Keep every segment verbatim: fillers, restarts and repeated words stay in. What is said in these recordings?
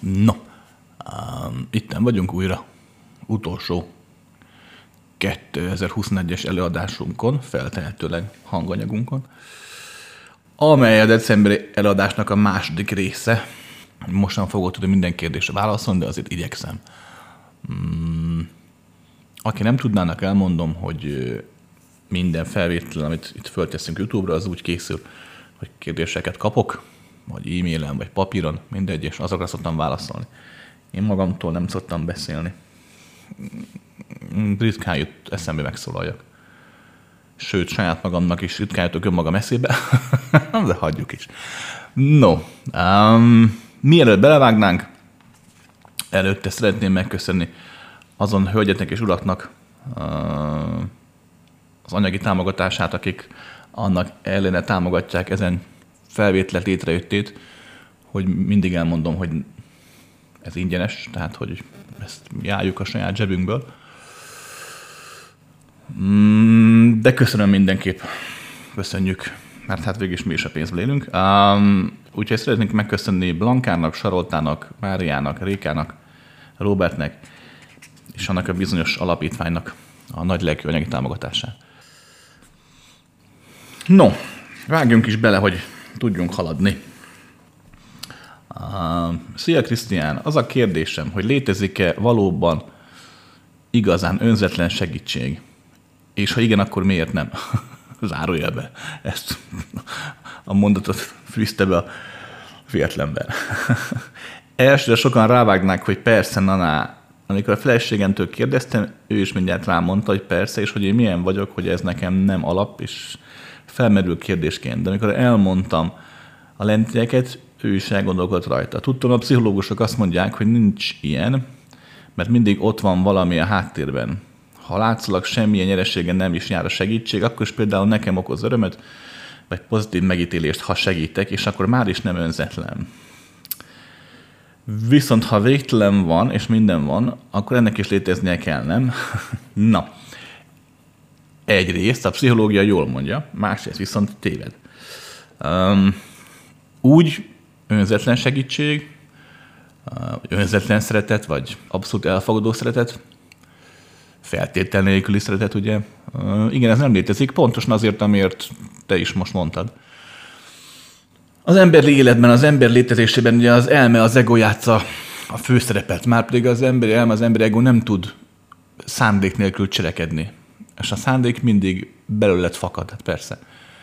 No, um, itten vagyunk újra, utolsó kétezer-huszonegyes előadásunkon, feltehetőleg hanganyagunkon, amely a decemberi előadásnak a második része. Mostan fogok tudni minden kérdésre válaszolni, de azért igyekszem. Hmm. Aki nem tudnának, elmondom, hogy minden felvétel, amit itt fölteszünk YouTube-ra, az úgy készül, hogy kérdéseket kapok, vagy e-mailen, vagy papíron, mindegy, és azokra szoktam válaszolni. Én magamtól nem szoktam beszélni. Ritkán jut eszembe megszólaljak. Sőt, saját magamnak is ritkán jutok önmagam eszébe, de hagyjuk is. No, um, mielőtt belevágnánk, előtte szeretném megköszönni azon hölgyeknek és uraknak uh, az anyagi támogatását, akik annak ellene támogatják ezen felvétlet létrejöttét, hogy mindig elmondom, hogy ez ingyenes, tehát hogy ezt járjuk a saját zsebünkből. De köszönöm mindenképp. Köszönjük, mert hát végig is mi is a pénzből élünk. Um, úgyhogy szeretnénk megköszönni Blankának, Saroltának, Máriának, Rékának, Robertnek és annak a bizonyos alapítványnak a nagy lelkű anyagi támogatását. No, vágjunk is bele, hogy tudjunk haladni. Uh, szia Krisztián, az a kérdésem, hogy létezik-e valóban igazán önzetlen segítség? És ha igen, akkor miért nem? Zárójelbe. Ezt a mondatot fűzte be a fiatlember. Elsőre sokan rávágnák, hogy persze, naná. Amikor a feleségemtől kérdeztem, ő is mindjárt rámondta, hogy persze, és hogy én milyen vagyok, hogy ez nekem nem alap, és felmerül kérdésként. De amikor elmondtam a lentieket, ő is elgondolkodt rajta. Tudtam, a pszichológusok azt mondják, hogy nincs ilyen, mert mindig ott van valami a háttérben. Ha látszólag semmilyen nyereségen nem is jár a segítség, akkor is például nekem okoz örömöt, vagy pozitív megítélést, ha segítek, és akkor már is nem önzetlen. Viszont ha végtelen van, és minden van, akkor ennek is léteznie kell, nem? Na, egyrészt a pszichológia jól mondja, másrészt viszont téved. Um, úgy önzetlen segítség, önzetlen szeretet, vagy abszolút elfogadó szeretet, feltétel nélküli szeretet, ugye? Uh, igen, ez nem létezik, pontosan azért, amiért te is most mondtad. Az emberi életben, az ember létezésében ugye az elme, az ego játsza a főszerepet, márpedig az emberi elme, az emberi ego nem tud szándék nélkül cselekedni. És a szándék mindig belőled fakad, hát persze.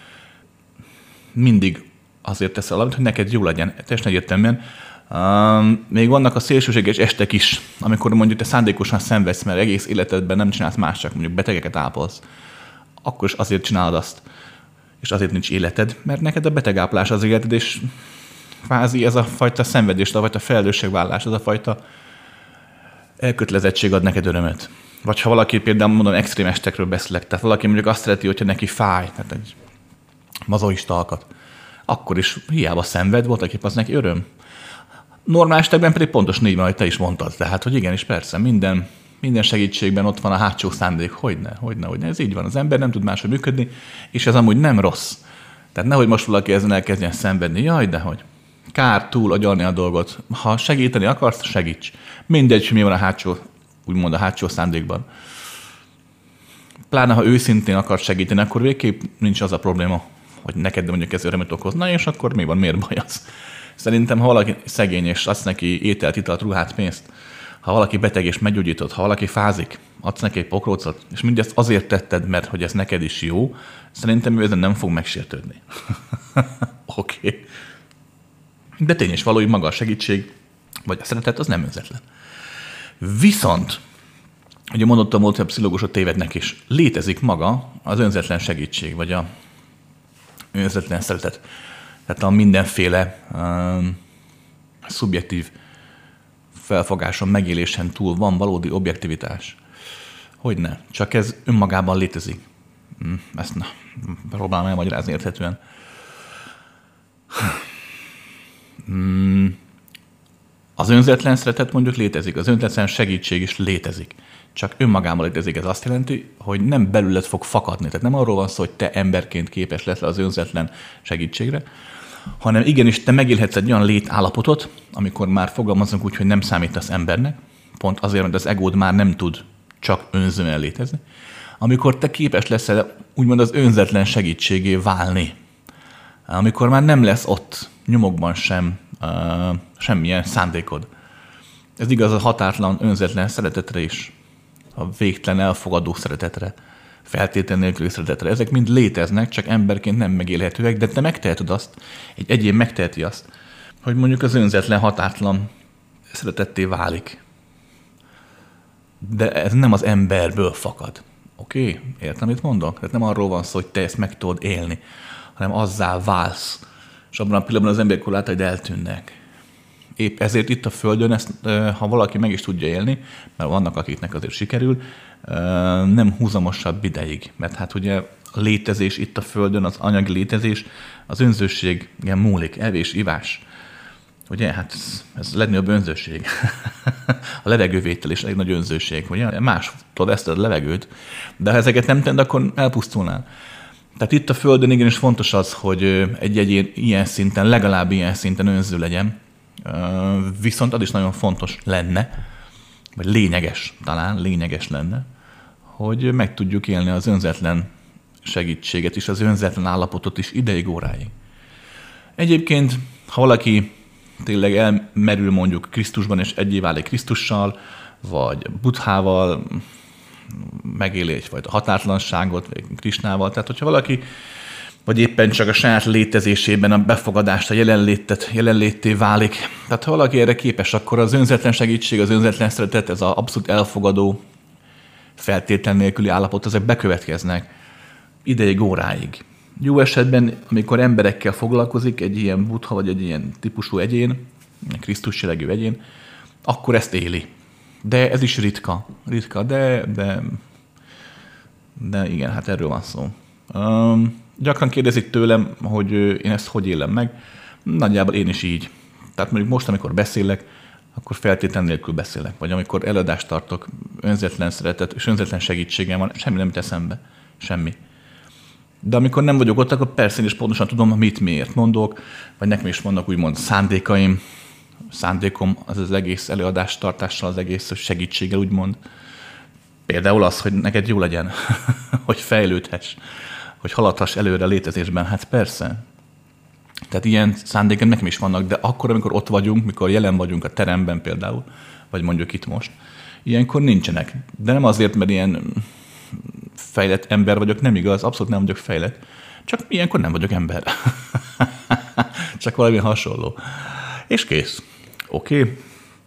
Mindig azért teszel valamit, hogy neked jó legyen, teljesen egyértelműen. Um, még vannak a szélsőséges estek is, amikor mondjuk te szándékosan szenvedsz, mert egész életedben nem csinálsz más, csak mondjuk betegeket ápolsz. Akkor is azért csinálod azt, és azért nincs életed, mert neked a betegápolás az életed, és kvázi ez a fajta szenvedés, a fajta felelősségvállás, az a fajta elkötelezettség ad neked örömöt. Vagy ha valaki például, mondom, extrém estekről beszélek, tehát valaki mondjuk azt szereti, hogyha neki fáj, tehát egy mazoista alkat, akkor is hiába szenved, voltaképp az neki öröm. Normál esetekben pedig pontosan így van, hogy te is mondtad. Tehát, hogy igenis persze, minden, minden segítségben ott van a hátsó szándék. Hogyne, hogyne, hogyne. Ez így van. Az ember nem tud máshogy működni, és ez amúgy nem rossz. Tehát nehogy most valaki ezen elkezdjen szenvedni. Jaj, dehogy. Kár túl agyalni a dolgot. Ha segíteni akarsz, segíts. Mindegy, hogy mi van a hátsó, úgymond a hátsó szándékban. Pláne, ha őszintén akarsz segíteni, akkor végképp nincs az a probléma, hogy neked mondjuk ez örömöt okozna, és akkor mi van, miért baj az? Szerintem, ha valaki szegény, és adsz neki ételt, italt, ruhát, pénzt, ha valaki beteg és meggyógyítod, ha valaki fázik, adsz neki egy pokrócot, és mindezt azért tetted, mert hogy ez neked is jó, szerintem ő ezen nem fog megsértődni. Oké. Okay. De tény és való, hogy maga a segítség, vagy a szeretet, az nem önzetlen. Viszont, ugye mondottam volt, hogy a pszichológusok tévednek is, létezik maga az önzetlen segítség, vagy a önzetlen szeretet. Tehát a mindenféle um, szubjektív felfogáson, megélésen túl van valódi objektivitás. Hogyne, csak ez önmagában létezik. Ezt na, próbálom elmagyarázni érthetően. Az önzetlen szeretet mondjuk létezik, az önzetlen segítség is létezik. Csak önmagában létezik. Ez azt jelenti, hogy nem belőled fog fakadni. Tehát nem arról van szó, hogy te emberként képes leszel az önzetlen segítségre, hanem igenis te megélhetsz egy olyan létállapotot, amikor már fogalmazunk úgy, hogy nem számítasz embernek, pont azért, mert az egód már nem tud csak önzően létezni, amikor te képes leszel úgymond az önzetlen segítségé válni, amikor már nem lesz ott nyomokban sem uh, semmilyen szándékod. Ez igaz a határtlan, önzetlen szeretetre is, a végtelen elfogadó szeretetre, feltétlen nélküli szeretetre. Ezek mind léteznek, csak emberként nem megélhetőek, de te megteheted azt, egy egyén megteheti azt, hogy mondjuk az önzetlen, határtlan szeretetté válik. De ez nem az emberből fakad. Oké? Okay? Értem, mit mondok? Tehát nem arról van szó, hogy te ezt meg tudod élni, hanem azzá válsz. És abban a pillanatban az emberek látja, hogy eltűnnek. Épp ezért itt a Földön, ezt, ha valaki meg is tudja élni, mert vannak, akiknek azért sikerül, nem húzamosabb ideig. Mert hát ugye a létezés itt a Földön, az anyagi létezés, az önzőségen múlik, evés, ivás. Ugye, hát ez, ez a legnagyobb önzőség. A levegővétel is egy nagy önzőség. Ugye? Más tudod ezt a levegőt, de ha ezeket nem tend, akkor elpusztulnál. Tehát itt a Földön igenis fontos az, hogy egy egyén ilyen szinten, legalább ilyen szinten önző legyen. Viszont az is nagyon fontos lenne, vagy lényeges, talán lényeges lenne, hogy meg tudjuk élni az önzetlen segítséget is, az önzetlen állapotot is ideig, óráig. Egyébként, ha valaki tényleg elmerül mondjuk Krisztusban, és egyé válik Krisztussal, vagy Buddhával, megéli egyfajta határtlanságot, vagy Krisnával, tehát hogyha valaki vagy éppen csak a saját létezésében a befogadást, a jelenlétet, jelenlétté válik. Tehát ha valaki erre képes, akkor az önzetlen segítség, az önzetlen szeretet, ez az abszolút elfogadó, feltétlen nélküli állapot, ezek bekövetkeznek ideig, óráig. Jó esetben, amikor emberekkel foglalkozik, egy ilyen buddha, vagy egy ilyen típusú egyén, Krisztus jellegű egyén, akkor ezt éli. De ez is ritka. Ritka, de, de, de igen, hát erről van szó. Um, Gyakran kérdezik tőlem, hogy én ezt hogy élem meg. Nagyjából én is így. Tehát mondjuk most, amikor beszélek, akkor feltétlen nélkül beszélek. Vagy amikor előadást tartok, önzetlen szeretet és önzetlen segítségem van, semmi nem tesz eszembe. Semmi. De amikor nem vagyok ott, akkor persze én is pontosan tudom, mit miért mondok, vagy nekem is vannak úgymond szándékaim. Szándékom az az egész előadás tartással, az egész segítséggel úgymond. Például az, hogy neked jó legyen, hogy fejlődhess, hogy haladhass előre a létezésben. Hát persze. Tehát ilyen szándékem nekem is vannak, de akkor, amikor ott vagyunk, mikor jelen vagyunk a teremben például, vagy mondjuk itt most, ilyenkor nincsenek. De nem azért, mert ilyen fejlett ember vagyok, nem igaz, abszolút nem vagyok fejlett. Csak ilyenkor nem vagyok ember. Csak valami hasonló. És kész. Oké. Okay.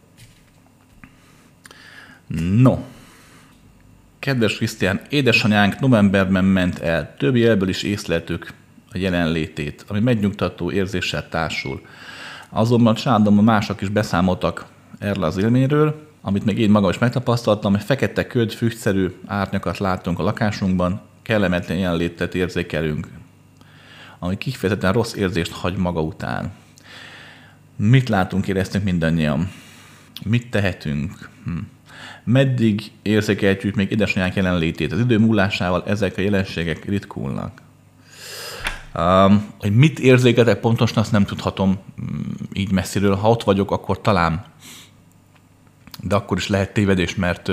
No. Kedves Krisztián, édesanyánk novemberben ment el. Több jelből is észleltük a jelenlétét, ami megnyugtató érzéssel társul. Azonban családomban mások is beszámoltak erről az élményről, amit még én magam is megtapasztaltam, hogy fekete köd, füstszerű árnyakat látunk a lakásunkban, kellemetlen jelenlétet érzékelünk, ami kifejezetten rossz érzést hagy maga után. Mit látunk, éreztünk mindannyian? Mit tehetünk? Hm. Meddig érzékelhetjük még édesanyánk jelenlétét? Az idő múlásával ezek a jelenségek ritkulnak. Um, hogy mit érzékeltek pontosan, azt nem tudhatom így messziről. Ha ott vagyok, akkor talán. De akkor is lehet tévedés, mert,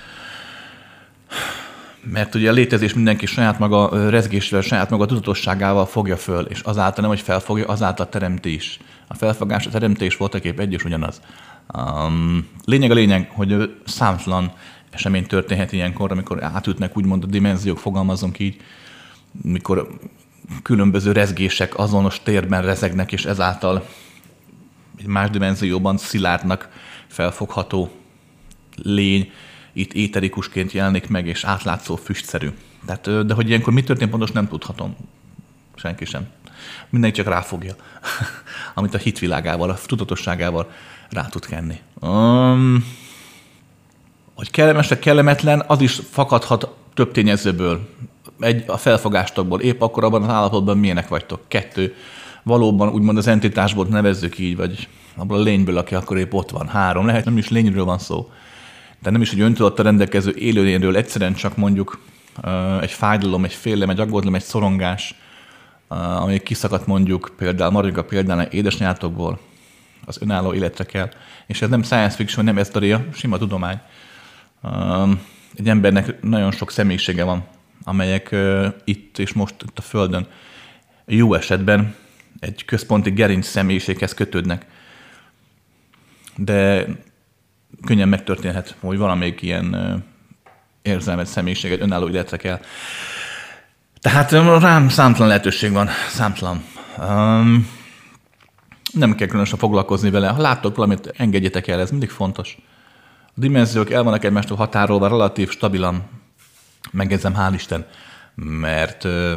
mert ugye a létezés mindenki saját maga rezgésével, saját maga tudatosságával fogja föl, és azáltal nem, hogy felfogja, azáltal teremti is. A felfogás, a teremtés voltaképp egy és ugyanaz. Um, lényeg a lényeg, hogy számtalan esemény történhet ilyenkor, amikor átütnek úgymond a dimenziók, fogalmazunk így, mikor különböző rezgések azonos térben rezegnek, és ezáltal egy más dimenzióban szilárdnak felfogható lény itt éterikusként jelenik meg, és átlátszó füstszerű. Tehát, de hogy ilyenkor mi történt pontosan, nem tudhatom. Senki sem. Mindenki csak ráfogja, amit a hitvilágával, a tudatosságával rá tud kenni. Um, hogy kellemes, kellemetlen, az is fakadhat több tényezőből. Egy, a felfogástokból, épp akkor abban az állapotban milyenek vagytok. Kettő, valóban úgymond az entitásból nevezzük így, vagy abból a lényből, aki akkor épp ott van. Három, lehet nem is lényről van szó. De nem is egy öntudattal rendelkező élőlényről, egyszerűen csak mondjuk uh, egy fájdalom, egy félelem, egy aggodalom, egy szorongás, ami kiszakadt mondjuk például, maradjunk a példánál édesanyátokból, az önálló életre kell. És ez nem science fiction, nem esztoria, sima tudomány. Egy embernek nagyon sok személyisége van, amelyek itt és most itt a Földön jó esetben egy központi gerinc személyiséghez kötődnek. De könnyen megtörténhet, hogy valamelyik ilyen érzelmet, személyiséget, önálló életre kell. Tehát rám számtalan lehetőség van, számtalan. Um, nem kell különösen foglalkozni vele. Ha láttok valamit, engedjetek el, ez mindig fontos. A dimenziók el vannak egymástól határolva, relatív stabilan, megjegyzem, hál' Isten, mert uh,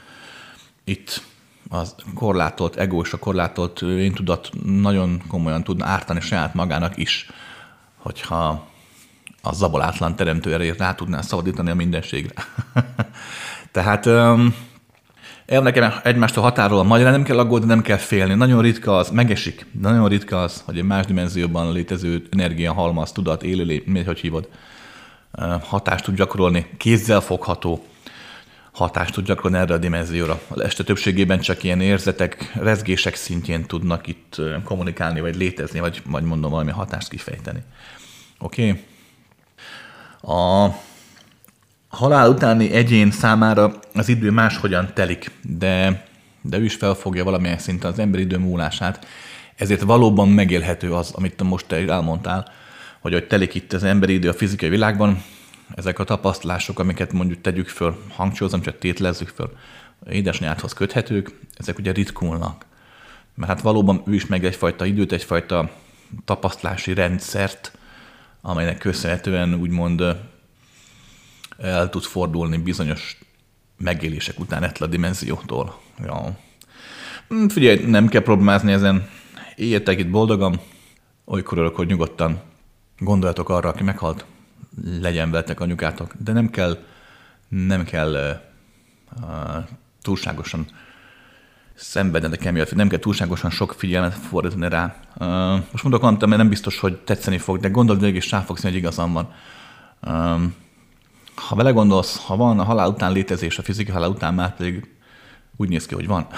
itt a korlátolt ego és a korlátolt én tudat nagyon komolyan tudna ártani saját magának is, hogyha a zabolátlan teremtő erejét rá tudná szabadítani a mindenségre. Tehát um, el nekem egymástól határolva magyarán nem kell aggódni, nem kell félni. Nagyon ritka az, megesik, nagyon ritka az, hogy egy más dimenzióban létező energia, halmaz, tudat, élőlény, hogy hívod, hatást tud gyakorolni, kézzel fogható hatást tud gyakorolni erre a dimenzióra. Az este többségében csak ilyen érzetek, rezgések szintjén tudnak itt kommunikálni, vagy létezni, vagy, vagy mondom valami hatást kifejteni. Oké? Okay? A halál utáni egyén számára az idő máshogyan telik, de, de ő is felfogja valamilyen szinten az emberi idő múlását, ezért valóban megélhető az, amit most te elmondtál, hogy hogy telik itt az emberi idő a fizikai világban, ezek a tapasztalások, amiket mondjuk tegyük föl, hangsúlyozom, csak tételezzük föl, édesanyádhoz köthetők, ezek ugye ritkulnak. Mert hát valóban ő is meg egyfajta időt, egyfajta tapasztalási rendszert, amelynek köszönhetően úgymond el tud fordulni bizonyos megélések után ettől a dimenziótól. Ja. Figyelj, nem kell problémázni ezen. Éljetek itt boldogan, olykor örökor nyugodtan gondoljatok arra, aki meghalt, legyen veletek anyukátok, de nem kell, nem kell uh, túlságosan szenvednetek emiatt, nem kell túlságosan sok figyelmet fordítani rá. Uh, most mondok valamit, mert nem biztos, hogy tetszeni fog, de gondold végig, és rá fogsz, hogy igazam van. Um, ha vele gondolsz, ha van a halál után létezés, a fizikai halál után már pedig úgy néz ki, hogy van.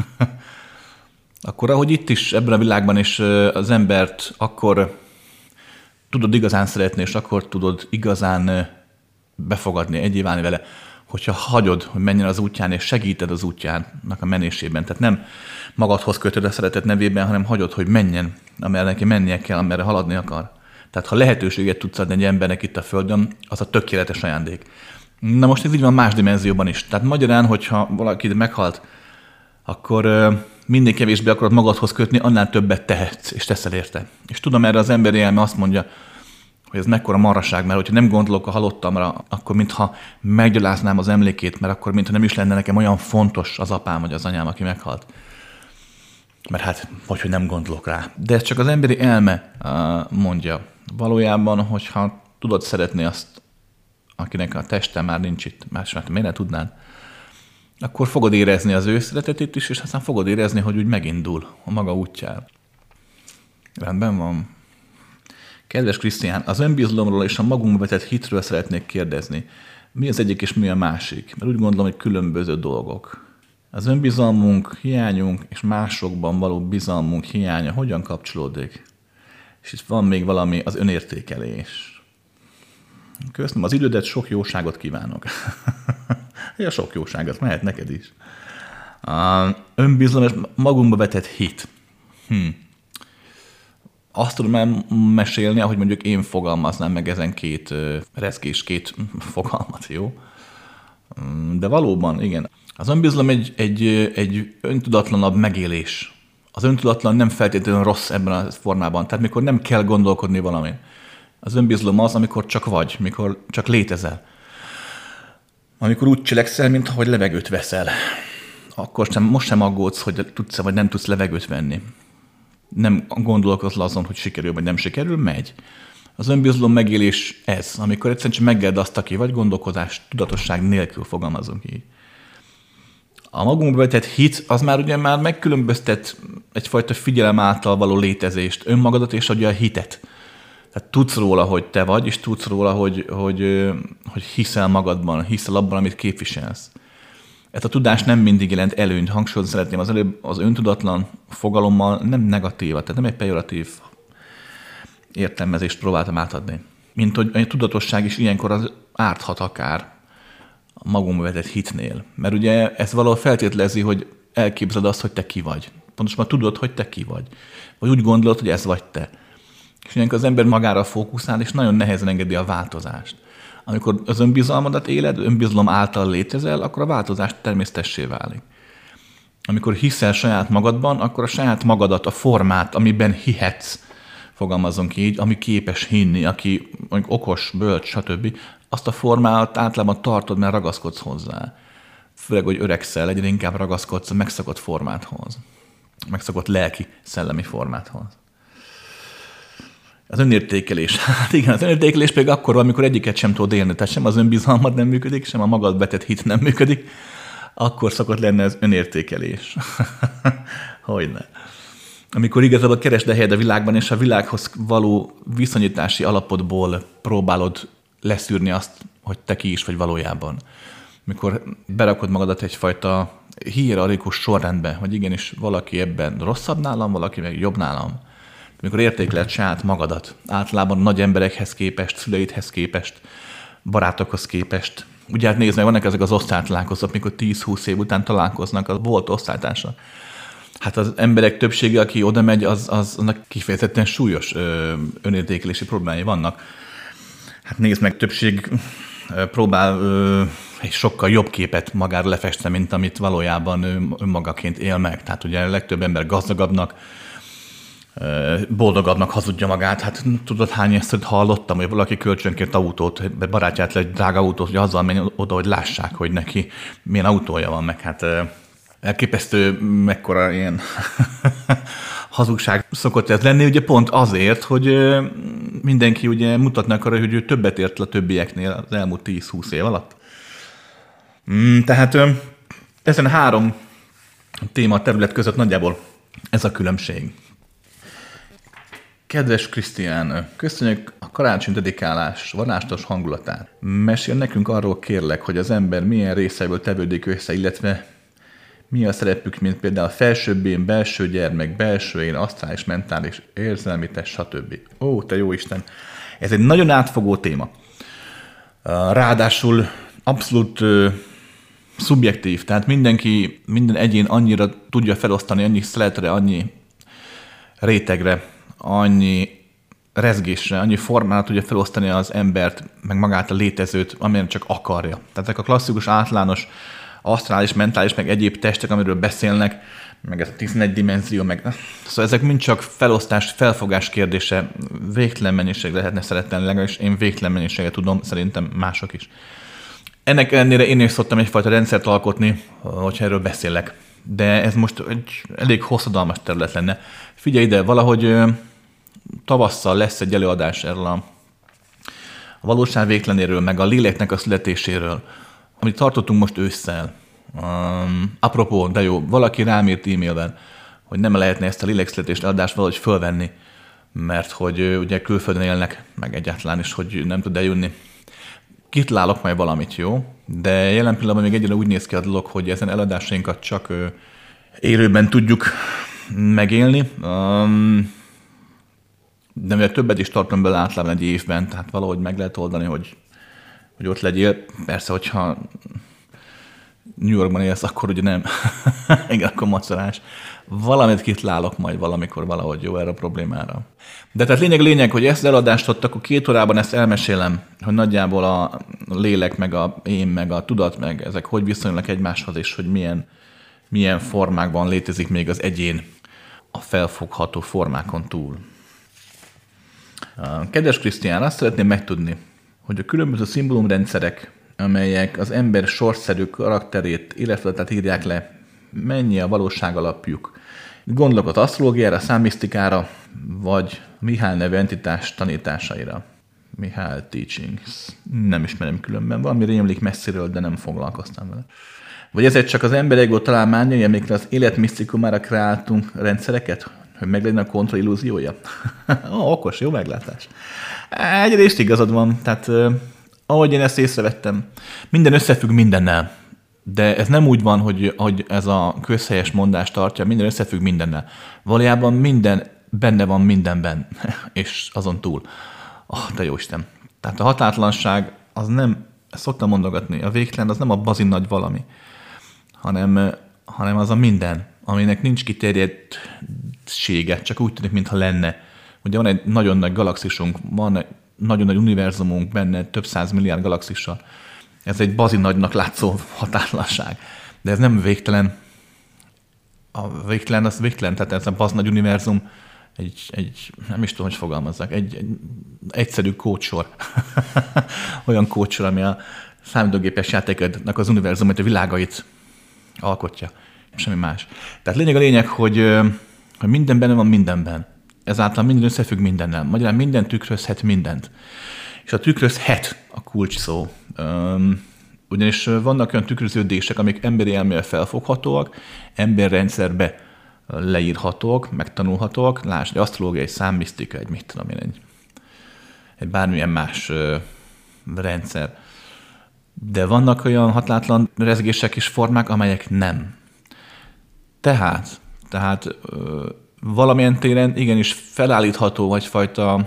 Akkor ahogy itt is, ebben a világban is az embert akkor tudod igazán szeretni, és akkor tudod igazán befogadni, egyé válni vele, hogyha hagyod, hogy menjen az útján, és segíted az útjának a menésében. Tehát nem magadhoz kötöd a szeretet nevében, hanem hagyod, hogy menjen, amerre neki mennie kell, amerre haladni akar. Tehát ha lehetőséget tudsz adni egy embernek itt a Földön, az a tökéletes ajándék. Na most ez így van más dimenzióban is. Tehát magyarán, hogyha valaki meghalt, akkor minél kevésbé akarod magadhoz kötni, annál többet tehetsz, és teszel érte. És tudom, erre az emberi elme azt mondja, hogy ez mekkora marhaság, mert hogyha nem gondolok a halottamra, akkor mintha meggyaláznám az emlékét, mert akkor mintha nem is lenne nekem olyan fontos az apám vagy az anyám, aki meghalt. Mert hát, vagy hogy nem gondolok rá. De ez csak az emberi elme mondja. Valójában, hogyha tudod szeretni azt, akinek a teste már nincs itt, más mert miért ne tudnád, akkor fogod érezni az ő szeretetét is, és aztán fogod érezni, hogy úgy megindul a maga útjára. Rendben van. Kedves Krisztián, az önbizalomról és a magunkba vetett hitről szeretnék kérdezni. Mi az egyik és mi a másik? Mert úgy gondolom, hogy különböző dolgok. Az önbizalmunk, hiányunk és másokban való bizalmunk hiánya hogyan kapcsolódik? És itt van még valami, az önértékelés. Köszönöm az idődet, sok jóságot kívánok. Ja, sok jóságot, mehet neked is. Uh, önbizalom és magunkba vetett hit. Hm. Azt tudom elmesélni, ahogy mondjuk én fogalmaznám meg ezen két uh, rezgés, két fogalmat, jó? Um, de valóban, igen. Az önbizalom egy, egy, egy öntudatlanabb megélés. Az öntudatlan nem feltétlenül rossz ebben a formában. Tehát mikor nem kell gondolkodni valamin. Az önbizalom az, amikor csak vagy, mikor csak létezel. Amikor úgy cselekszel, mintha hogy levegőt veszel. Akkor sem, most sem aggódsz, hogy tudsz-e vagy nem tudsz levegőt venni. Nem gondolkozol azon, hogy sikerül vagy nem sikerül, megy. Az önbizalom megélés ez, amikor egyszerűen csak megéled azt, aki vagy gondolkodás, tudatosság nélkül fogalmazunk így. A magunkba vetett hit, az már ugye már megkülönböztet egyfajta figyelem által való létezést, önmagadat és ugye a hitet. Tehát tudsz róla, hogy te vagy, és tudsz róla, hogy, hogy, hogy hiszel magadban, hiszel abban, amit képviselsz. Ez a tudás nem mindig jelent előnyt. Hangsúlyozni szeretném az előbb, az öntudatlan fogalommal nem negatív, tehát nem egy pejoratív értelmezést próbáltam átadni. Mint hogy a tudatosság is ilyenkor az árthat akár a magunkba vetett hitnél. Mert ugye ez valahol feltételezi, hogy elképzeled azt, hogy te ki vagy. Pontosan tudod, hogy te ki vagy. Vagy úgy gondolod, hogy ez vagy te. És ilyenkor az ember magára fókuszál, és nagyon nehezen engedi a változást. Amikor az önbizalmadat éled, önbizalom által létezel, akkor a változás természetessé válik. Amikor hiszel saját magadban, akkor a saját magadat, a formát, amiben hihetsz, fogalmazunk így, ami képes hinni, aki okos, bölcs, stb., azt a formát általában tartod, mert ragaszkodsz hozzá. Főleg, hogy öregszel, egyre inkább ragaszkodsz a megszokott formáthoz. Megszokott lelki, szellemi formáthoz. Az önértékelés. Hát igen, az önértékelés pedig akkor van, amikor egyiket sem tudod élni, tehát sem az önbizalmad nem működik, sem a magad vetett hit nem működik, akkor szokott lenni az önértékelés. Hogyne. Amikor igazából keresd a helyed a világban, és a világhoz való viszonyítási alapodból próbálod leszűrni azt, hogy te ki is vagy valójában. Amikor berakod magadat egyfajta hierarchikus sorrendbe, hogy igenis valaki ebben rosszabb nálam, valaki meg jobb nálam. Amikor értékeled saját magadat, általában nagy emberekhez képest, szüleidhez képest, barátokhoz képest. Ugye hát nézd meg, vannak ezek az osztálytalálkozók, mikor tíz-húsz év után találkoznak a volt osztálytársa. Hát az emberek többsége, aki oda megy, az, az, annak kifejezetten súlyos ö, önértékelési problémái vannak. Hát nézd meg, többség ö, próbál ö, egy sokkal jobb képet magára lefesteni, mint amit valójában ö, önmagaként él meg. Tehát ugye a legtöbb ember gazdagabbnak, ö, boldogabbnak hazudja magát. Hát tudod, hány ezt hallottam, hogy valaki kölcsönkért autót, barátját egy drága autót, hogy azzal menj oda, hogy lássák, hogy neki milyen autója van, meg hát... Ö, elképesztő, mekkora ilyen hazugság szokott ez lenni, ugye pont azért, hogy mindenki ugye mutatni akarja, hogy ő többet ért a többieknél az elmúlt tíz-húsz év alatt. Tehát ezen három téma terület között nagyjából ez a különbség. Kedves Krisztián, köszönjük a karácsony dedikálás varázslatos hangulatát. Mesél nekünk arról kérlek, hogy az ember milyen részeiből tevődik össze, illetve mi a szerepük, mint például a felsőbb én, belső gyermek, belső én, asztrális, mentális, érzelmi test, stb. Ó, te jó Isten! Ez egy nagyon átfogó téma. Ráadásul abszolút uh, szubjektív, tehát mindenki, minden egyén annyira tudja felosztani, annyi szeletre, annyi rétegre, annyi rezgésre, annyi formára tudja felosztani az embert, meg magát a létezőt, amilyen csak akarja. Tehát ezek a klasszikus, általános asztrális, mentális, meg egyéb testek, amiről beszélnek, meg ez a tizenegy dimenzió, meg... Szóval ezek mind csak felosztás, felfogás kérdése, végtelen mennyiség lehetne szeretni, legalábbis én végtelen mennyiséget tudom, szerintem mások is. Ennek ellenére én is szoktam egyfajta rendszert alkotni, hogyha erről beszélek. De ez most egy elég hosszadalmas terület lenne. Figyelj ide, valahogy tavasszal lesz egy előadás erről a valóság végtelenéről, meg a léleknek a születéséről, amit tartottunk most ősszel. Um, apropó, de jó, valaki rám írt e-mailben, hogy nem lehetne ezt a lélekszületést adást valahogy fölvenni, mert hogy ugye külföldön élnek, meg egyáltalán is, hogy nem tud eljönni. Kitalálok majd valamit, jó? De jelen pillanatban még egyre úgy néz ki a dolog, hogy ezen eladásainkat csak ö, élőben tudjuk megélni. Um, de mivel többet is tartom bele általában egy évben, tehát valahogy meg lehet oldani, hogy hogy ott legyél. Persze, hogyha New Yorkban élsz, akkor ugye nem. Igen, akkor macerás. Valamit kitalálok majd valamikor valahogy jó erre a problémára. De tehát lényeg lényeg, hogy ezt az eladást ott, akkor két órában ezt elmesélem, hogy nagyjából a lélek, meg a én, meg a tudat, meg ezek hogy viszonyulnak egymáshoz, és hogy milyen, milyen formákban létezik még az egyén a felfogható formákon túl. Kedves Krisztián, azt szeretném megtudni, hogy a különböző szimbólumrendszerek, amelyek az ember sorsszerű karakterét, életet írják le, mennyi a valóság alapjuk. Gondolok az asztrológiára, számisztikára, vagy Mihály nevű entitás tanításaira. Mihály Teachings. Nem ismerem különben, valami rémlik messziről, de nem foglalkoztam vele. Vagy ezek csak az ember ego találmányai, amikre az élet misztikumára kreáltunk rendszereket, hogy meglegyen a kontraillúziója? Ó, okos, jó meglátás. Egyrészt igazad van, tehát eh, ahogy én ezt észrevettem, minden összefügg mindennel. De ez nem úgy van, hogy, hogy ez a közhelyes mondás tartja, minden összefügg mindennel. Valójában minden benne van mindenben, és azon túl. Ah, te jó Isten. Tehát a határtalanság az nem, ezt szoktam mondogatni, a végtelen az nem a bazin nagy valami, hanem, hanem az a minden, aminek nincs kiterjedtsége, csak úgy tűnik, mintha lenne. Ugye van egy nagyon nagy galaxisunk, van egy nagyon nagy univerzumunk benne, több száz milliárd galaxissal. Ez egy bazin nagynak látszó határtalanság. De ez nem végtelen. A végtelen az végtelen, tehát ez a bazin nagy univerzum egy, egy nem is tudom, hogy fogalmazzak, egy, egy egyszerű kódsor. Olyan kódsor, ami a számítógépes játéknak az univerzumot, a világait alkotja. Semmi más. Tehát lényeg a lényeg, hogy, hogy minden benne van mindenben. Ezáltal minden összefügg mindennel. Magyarán minden tükrözhet mindent. És a tükrözhet a kulcs szó. Um, ugyanis vannak olyan tükröződések, amik emberi elmével felfoghatóak, emberrendszerbe leírhatóak, megtanulhatóak. Lásd, egy asztrológia, egy számmisztika, egy mit tudom én, egy, egy bármilyen más uh, rendszer. De vannak olyan határtalan rezgések és formák, amelyek nem. Tehát, tehát uh, valamilyen téren igenis felállítható vagyfajta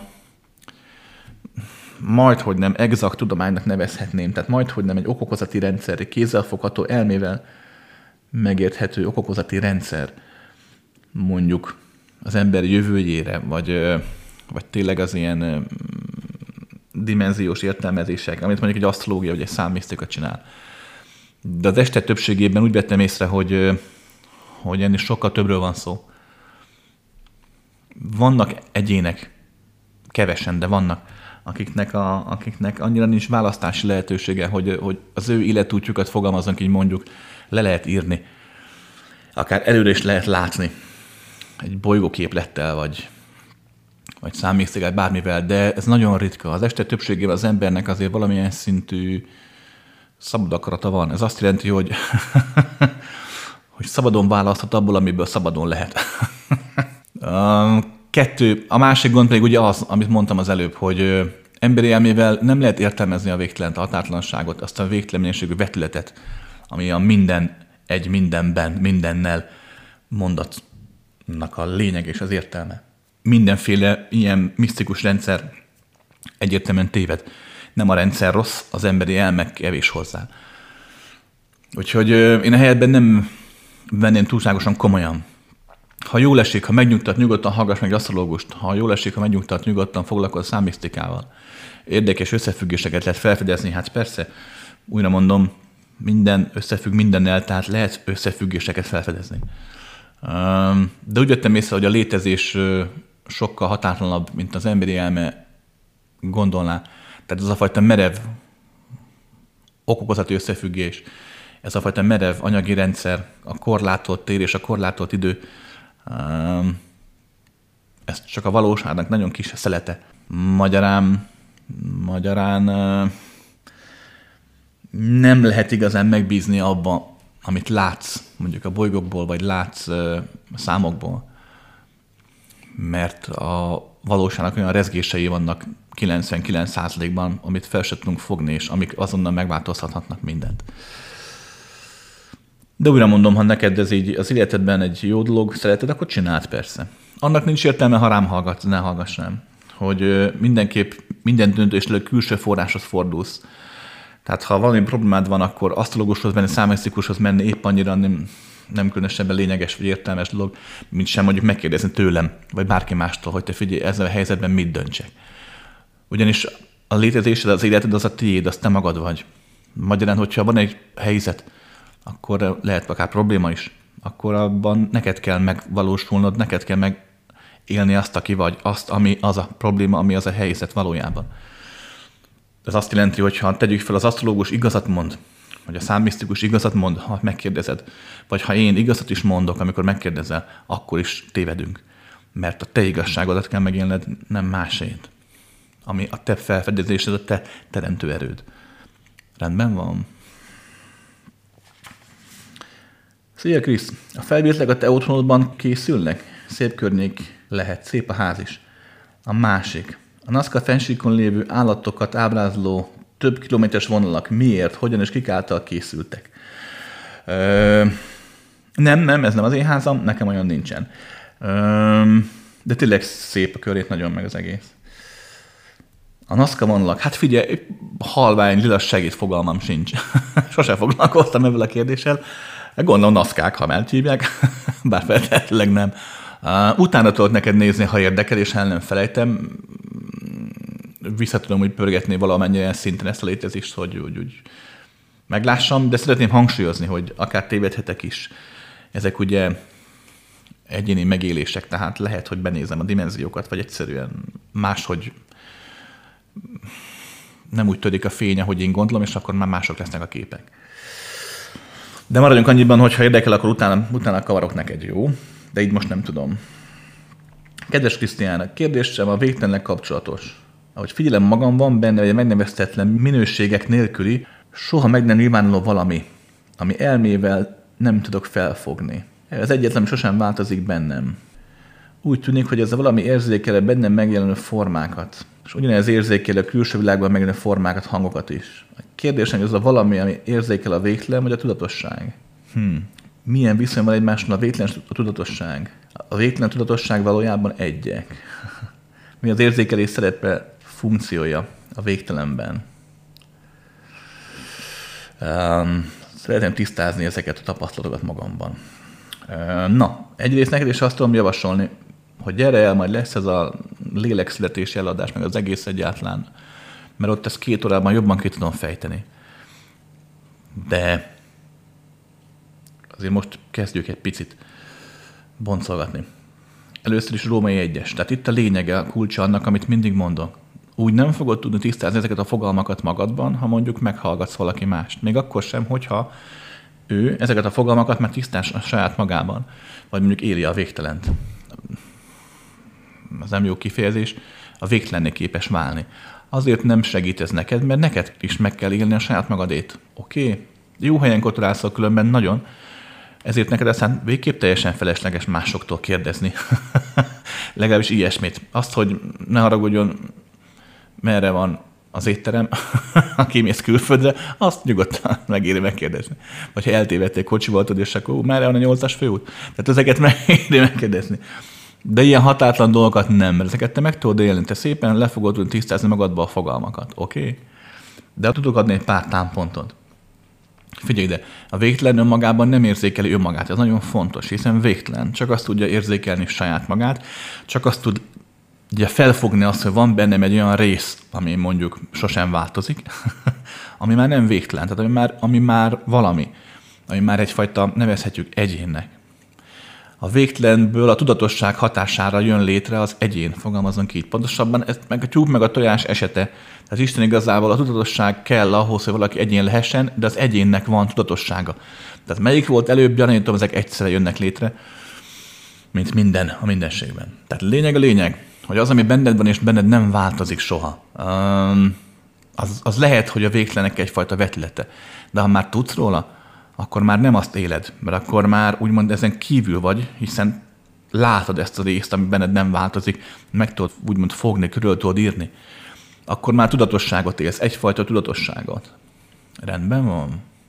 majdhogy nem exakt tudománynak nevezhetném, tehát majdhogy nem egy okokozati rendszer, egy kézzelfogható elmével megérthető okokozati rendszer, mondjuk az ember jövőjére, vagy, vagy tényleg az ilyen dimenziós értelmezések, amit mondjuk egy asztrológia vagy egy számmisztika csinál. De az este többségében úgy vettem észre, hogy, hogy ennél sokkal többről van szó. Vannak egyének, kevesen, de vannak, akiknek, a, akiknek annyira nincs választási lehetősége, hogy, hogy az ő életútjukat fogalmazunk, így mondjuk, le lehet írni. Akár előre is lehet látni egy bolygóképlettel, vagy, vagy számítógépet, bármivel, de ez nagyon ritka. Az este többségében az embernek azért valamilyen szintű szabad akarata van. Ez azt jelenti, hogy, hogy szabadon választhat abból, amiből szabadon lehet. A kettő, a másik gond pedig ugye az, amit mondtam az előbb, hogy emberi elmével nem lehet értelmezni a végtelent, a határtalanságot, azt a végtelen minőségű vetületet, ami a minden egy mindenben, mindennel mondatnak a lényeg és az értelme. Mindenféle ilyen misztikus rendszer egyértelműen téved. Nem a rendszer rossz, az emberi elme kevés hozzá. Úgyhogy én a helyetben nem venném túlságosan komolyan. Ha jól esik, ha megnyugtat, nyugodtan hallgass meg egy asztrológust. Ha jól esik, ha megnyugtat, nyugodtan foglalkozz számmisztikával. Érdekes összefüggéseket lehet felfedezni, hát persze, újra mondom, minden összefügg mindennel, tehát lehet összefüggéseket felfedezni. De úgy vettem észre, hogy a létezés sokkal határtalanabb, mint az emberi elme gondolná. Tehát ez a fajta merev okokozati összefüggés, ez a fajta merev anyagi rendszer, a korlátolt tér és a korlátolt idő, ez csak a valóságnak nagyon kis szelete. Magyarán, magyarán nem lehet igazán megbízni abba, amit látsz, mondjuk a bolygókból, vagy látsz számokból. Mert a valóságnak olyan rezgései vannak kilencvenkilenc százalékban, amit fel sem tudunk fogni, és amik azonnal megváltoztathatnak mindent. De újra mondom, ha neked ez így az életedben egy jó dolog, szereted, akkor csináld persze. Annak nincs értelme, ha rám hallgatsz, ne hallgass rám. Hogy mindenképp minden döntésről külső forráshoz fordulsz. Tehát ha valami problémád van, akkor asztrológushoz menni, számmisztikushoz menni épp annyira nem, nem különösebben lényeges vagy értelmes dolog, mint sem mondjuk megkérdezni tőlem, vagy bárki mástól, hogy te figyelj, ezzel a helyzetben mit döntsek. Ugyanis a létezésed, az életed az a tiéd, az te magad vagy. Magyarán, hogyha van egy helyzet, akkor lehet akár probléma is, akkor abban neked kell megvalósulnod, neked kell megélni azt, aki vagy, azt, ami az a probléma, ami az a helyzet valójában. Ez azt jelenti, hogy ha tegyük fel, az asztrológus igazat mond, vagy a számmisztikus igazat mond, ha megkérdezed, vagy ha én igazat is mondok, amikor megkérdezel, akkor is tévedünk. Mert a te igazságodat kell megélned, nem másét. Ami a te felfedezésed, a te teremtő erőd. Rendben van? Szia Krisz! A felvételek a te otthonodban készülnek? Szép környék lehet, szép a ház is. A másik. A Nazca fennsíkon lévő állatokat ábrázoló több kilométeres vonalak miért, hogyan és kik által készültek? Ö, nem, nem, ez nem az én házam, nekem olyan nincsen. Ö, de tényleg szép a körét nagyon meg az egész. A naszka vonalak, hát figyelj, halvány, lilas segít fogalmam sincs. Sose foglalkoztam ezzel a kérdéssel. Gondolom naszkák, ha elhívják, bár feltétlenül nem. Uh, utána tudok neked nézni, ha érdekel, és el nem felejtem. Vissza tudom úgy pörgetni valamennyire szinten ezt a létezést, hogy úgy, úgy meglássam, de szeretném hangsúlyozni, hogy akár tévedhetek is. Ezek ugye egyéni megélések, tehát lehet, hogy benézem a dimenziókat, vagy egyszerűen máshogy nem úgy törik a fény, ahogy én gondolom, és akkor már mások lesznek a képek. De maradjunk annyiban, hogy ha érdekel, akkor utána, utána kavarok neked, jó? De így most nem tudom. Kedves Krisztián, kérdésem a végtelennek kapcsolatos. Ahogy figyelem magam, van benne, hogy a megneveztetlen minőségek nélküli, soha meg nem nyilvánuló valami, ami elmével nem tudok felfogni. Ez egyetlen, ami sosem változik bennem. Úgy tűnik, hogy ez a valami érzékel bennem megjelenő formákat, és ugyanez érzékel a külső világban megjelenő formákat, hangokat is. A kérdésem, hogy ez a valami, ami érzékel a végtelen, vagy a tudatosság? Hmm. Milyen viszony van egymásnál a végtelen és a tudatosság? A végtelen tudatosság valójában egyek. Mi az érzékelés szerepe, funkciója a végtelenben? Um, szeretném tisztázni ezeket a tapasztalatokat magamban. Uh, na, egyrészt neked is azt tudom javasolni, hogy gyere el, majd lesz ez a lélekszületési eladás, meg az egész egyáltalán, mert ott ezt két órában jobban ki tudom fejteni. De azért most kezdjük egy picit boncolgatni. Először is Római egyes. Tehát itt a lényege, a kulcsa annak, amit mindig mondok. Úgy nem fogod tudni tisztázni ezeket a fogalmakat magadban, ha mondjuk meghallgatsz valaki mást. Még akkor sem, hogyha ő ezeket a fogalmakat már tisztás a saját magában, vagy mondjuk éli a végtelent. Az nem jó kifejezés, a végtelenné képes válni. Azért nem segít ez neked, mert neked is meg kell élni a saját magadét. Oké? Okay? Jó helyen kotorászol különben nagyon, ezért neked aztán végképp teljesen felesleges másoktól kérdezni. Legalábbis ilyesmit. Azt, hogy ne haragudjon, merre van az étterem, aki mész külföldre, azt nyugodtan megéri megkérdezni. Vagy ha eltévedtél kocsival, tudod, és akkor merre van a nyolcas főút? Tehát ezeket megéri megkérdezni. De ilyen határtalan dolgokat nem, mert ezeket te meg tudod élni, te szépen le fogod tudni tisztázni magadba a fogalmakat, oké? Okay? De tudok adni egy pár támpontot. Figyelj ide, a végtelen önmagában nem érzékeli önmagát, ez nagyon fontos, hiszen végtelen, csak azt tudja érzékelni saját magát, csak azt tud ugye felfogni azt, hogy van bennem egy olyan rész, ami mondjuk sosem változik, ami már nem végtelen, tehát ami már, ami már valami, ami már egyfajta, nevezhetjük egyénnek. A végtelenből a tudatosság hatására jön létre az egyén, fogalmazunk így. Pontosabban ez meg a tyúk meg a tojás esete. Tehát Isten igazából a tudatosság kell ahhoz, hogy valaki egyén lehessen, de az egyénnek van tudatossága. Tehát melyik volt előbb, gyanítom, ezek egyszerre jönnek létre, mint minden a mindenségben. Tehát lényeg a lényeg, hogy az, ami benned van és benned nem változik soha. Az, az lehet, hogy a végtelenek egyfajta vetülete. De ha már tudsz róla, akkor már nem azt éled, mert akkor már úgymond ezen kívül vagy, hiszen látod ezt a részt, ami benned nem változik, meg tudod úgymond fogni, körül tudod írni. Akkor már tudatosságot élsz, egyfajta tudatosságot. Rendben van.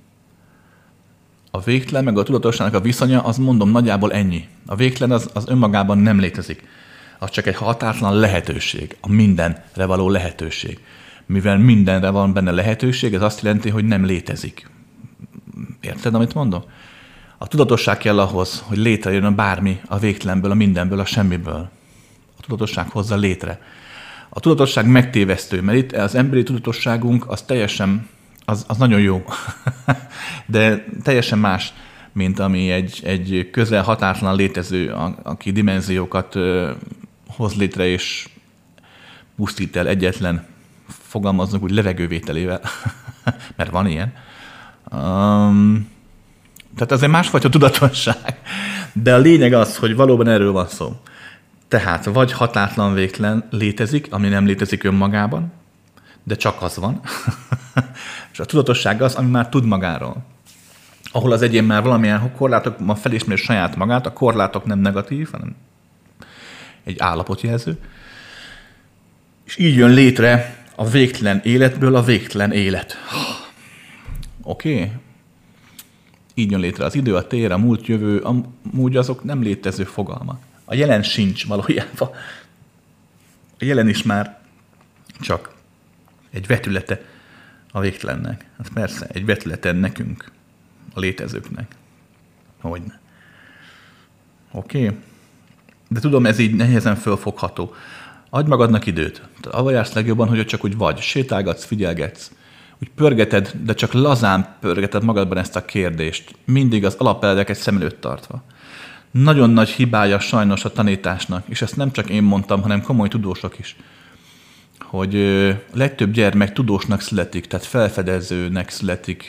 A végtelen meg a tudatosságnak a viszonya, az mondom nagyjából ennyi. A végtelen az, az önmagában nem létezik. Az csak egy határtalan lehetőség, a mindenre való lehetőség. Mivel mindenre van benne lehetőség, ez azt jelenti, hogy nem létezik. Érted, amit mondom? A tudatosság kell ahhoz, hogy létrejön a bármi a végtelenből, a mindenből, a semmiből. A tudatosság hozza létre. A tudatosság megtévesztő, mert itt az emberi tudatosságunk az teljesen, az, az nagyon jó, de teljesen más, mint ami egy, egy közel határtalan létező, aki dimenziókat ö, hoz létre és pusztít el egyetlen, fogalmazunk úgy levegővételével, mert van ilyen. Um, tehát azért másfajta tudatosság. De a lényeg az, hogy valóban erről van szó. Tehát vagy határtalan végtelen létezik, ami nem létezik önmagában, de csak az van. És a tudatosság az, ami már tud magáról. Ahol az egyén már valamilyen korlátokban felismeri saját magát, a korlátok nem negatív, hanem egy állapotjelző. És így jön létre a végtelen életből a végtelen élet. Oké? Okay? így jön létre az idő, a tér, a múlt, jövő, amúgy azok nem létező fogalmak. A jelen sincs valójában. A jelen is már csak egy vetülete a végtelennek. Hát persze, egy vetülete nekünk, a létezőknek. Hogyne. Oké? Okay? De tudom, ez így nehezen fölfogható. Adj magadnak időt. Avval jársz legjobban, hogy csak úgy vagy. Sétálgatsz, figyelgetsz. Úgy pörgeted, de csak lazán pörgeted magadban ezt a kérdést. Mindig az alapelveket szem előtt tartva. Nagyon nagy hibája sajnos a tanításnak, és ezt nem csak én mondtam, hanem komoly tudósok is, hogy a legtöbb gyermek tudósnak születik, tehát felfedezőnek születik,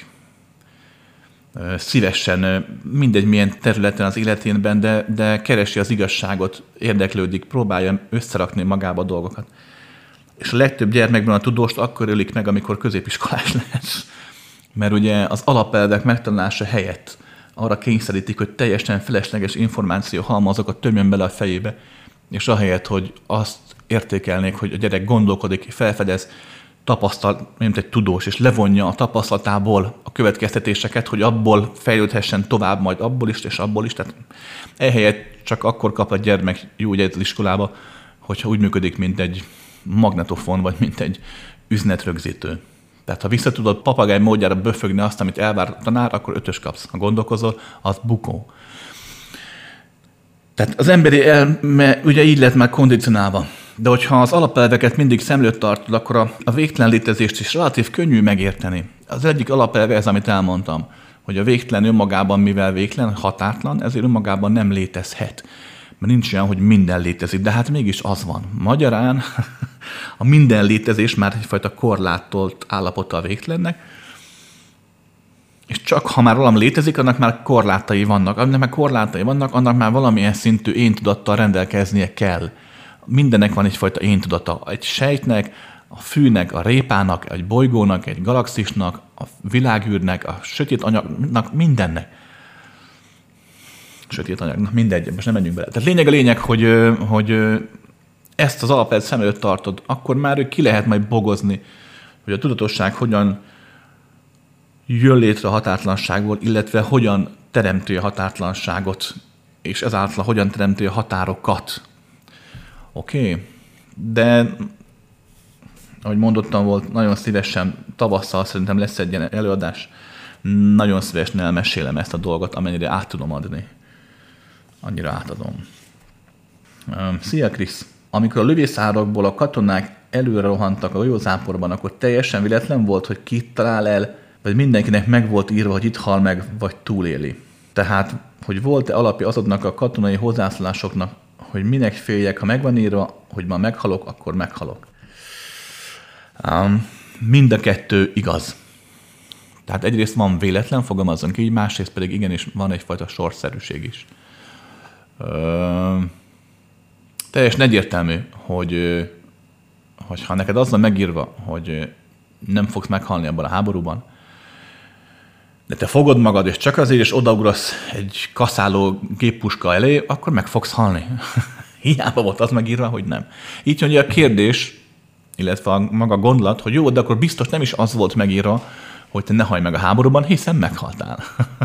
szívesen, mindegy milyen területen az életénben, de, de keresi az igazságot, érdeklődik, próbálja összerakni magába a dolgokat. És a legtöbb gyermekben a tudóst akkor ölik meg, amikor középiskolás lesz. Mert ugye az alapelvek megtanulása helyett arra kényszerítik, hogy teljesen felesleges információ halmazokat tömjön bele a fejébe, és ahelyett, hogy azt értékelnék, hogy a gyerek gondolkodik, felfedez, tapasztal, mint egy tudós, és levonja a tapasztalatából a következtetéseket, hogy abból fejlődhessen tovább, majd abból is, és abból is. Tehát ehelyett csak akkor kap a gyermek jó jegyet az iskolába, hogyha úgy működik, mint egy magnetofon, vagy mint egy üzenetrögzítő. Tehát ha visszatudod papagáj módjára böfögni azt, amit elvár a tanár, akkor ötös kapsz. Ha gondolkozol, az bukó. Tehát az emberi elme ugye így lett már kondicionálva. De hogyha az alapelveket mindig szem előtt tartod, akkor a, a végtelen létezést is relatív könnyű megérteni. Az egyik alapelve ez, amit elmondtam, hogy a végtelen önmagában, mivel végtelen, határtlan, ezért önmagában nem létezhet. Mert nincs olyan, hogy minden létezik, de hát mégis az van. Magyarán a minden létezés már egyfajta korlátolt állapota a végtelennek, és csak ha már valami létezik, annak már korlátai vannak. Annak már korlátai vannak, annak már valamilyen szintű éntudattal rendelkeznie kell. Mindennek van egyfajta éntudata. Egy sejtnek, a fűnek, a répának, egy bolygónak, egy galaxisnak, a világűrnek, a sötét anyagnak, mindennek. Sötét anyagnak, mindegy, most nem menjünk bele. Tehát lényeg a lényeg, hogy, hogy ezt az alapelvet szem előtt tartod, akkor már ki lehet majd bogozni, hogy a tudatosság hogyan jön létre a határtlanságból, illetve hogyan teremti a határtlanságot, és ezáltal hogyan teremti a határokat. Oké? Okay? De, ahogy mondottam volt, nagyon szívesen tavasszal szerintem lesz egy ilyen előadás. Nagyon szívesen elmesélem ezt a dolgot, amennyire át tudom adni. Annyira átadom. Szia, Krisz! Amikor a lövészárokból a katonák előre rohantak a golyózáporban, akkor teljesen véletlen volt, hogy ki talál el, vagy mindenkinek meg volt írva, hogy itt hal meg, vagy túléli. Tehát, hogy volt-e alapja azoknak a katonai hozzászólásoknak, hogy minek féljek, ha megvan írva, hogy ma meghalok, akkor meghalok. Um, mind a kettő igaz. Tehát egyrészt van véletlen, fogalmazzunk így, másrészt pedig igenis van egyfajta sorszerűség is. Uh, teljesen egyértelmű, hogy, hogy ha neked az van megírva, hogy nem fogsz meghalni abban a háborúban, de te fogod magad, és csak azért is odaugrasz egy kaszáló géppuska elé, akkor meg fogsz halni. Hiába volt az megírva, hogy nem. Így jön a kérdés, illetve a maga gondolat, hogy jó, de akkor biztos nem is az volt megírva, hogy te ne hallj meg a háborúban, hiszen meghaltál.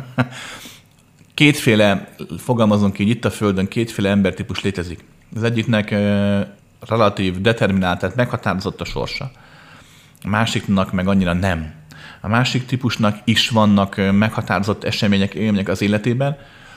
Kétféle, fogalmazunk így itt a Földön, kétféle embertípus létezik. Az egyiknek e, relatív determinált, tehát meghatározott a sorsa. A másiknak meg annyira nem. A másik típusnak is vannak meghatározott események, élmények az életében,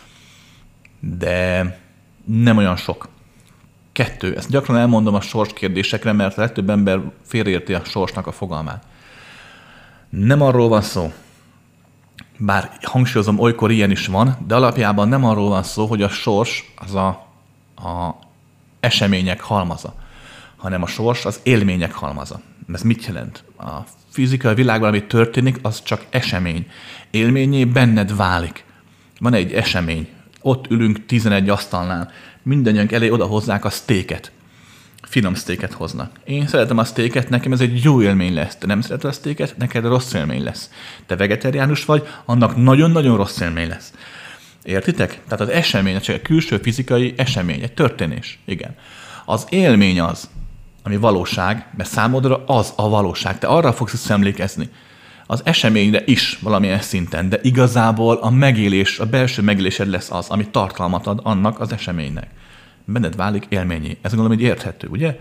de nem olyan sok. Kettő. Ezt gyakran elmondom a sors kérdésekre, mert a legtöbb ember félreérti a sorsnak a fogalmát. Nem arról van szó, bár hangsúlyozom, olykor ilyen is van, de alapjában nem arról van szó, hogy a sors az a, a események halmaza, hanem a sors az élmények halmaza. Ez mit jelent? A fizikai világban, ami történik, az csak esemény. Élményé benned válik. Van egy esemény. Ott ülünk tizenegy asztalnál. Mindannyian elé oda hozzák a sztéket. Finom sztéket hoznak. Én szeretem a sztéket, nekem ez egy jó élmény lesz. Te nem szereted a sztéket, neked rossz élmény lesz. Te vegetariánus vagy, annak nagyon-nagyon rossz élmény lesz. Értitek? Tehát az esemény, csak egy külső fizikai esemény, egy történés. Igen. Az élmény az, ami valóság, mert számodra az a valóság. Te arra fogsz emlékezni. az eseményre is valamilyen szinten, de igazából a megélés, a belső megélésed lesz az, ami tartalmat ad annak az eseménynek. Benned válik élményé. Ez gondolom, hogy érthető, ugye?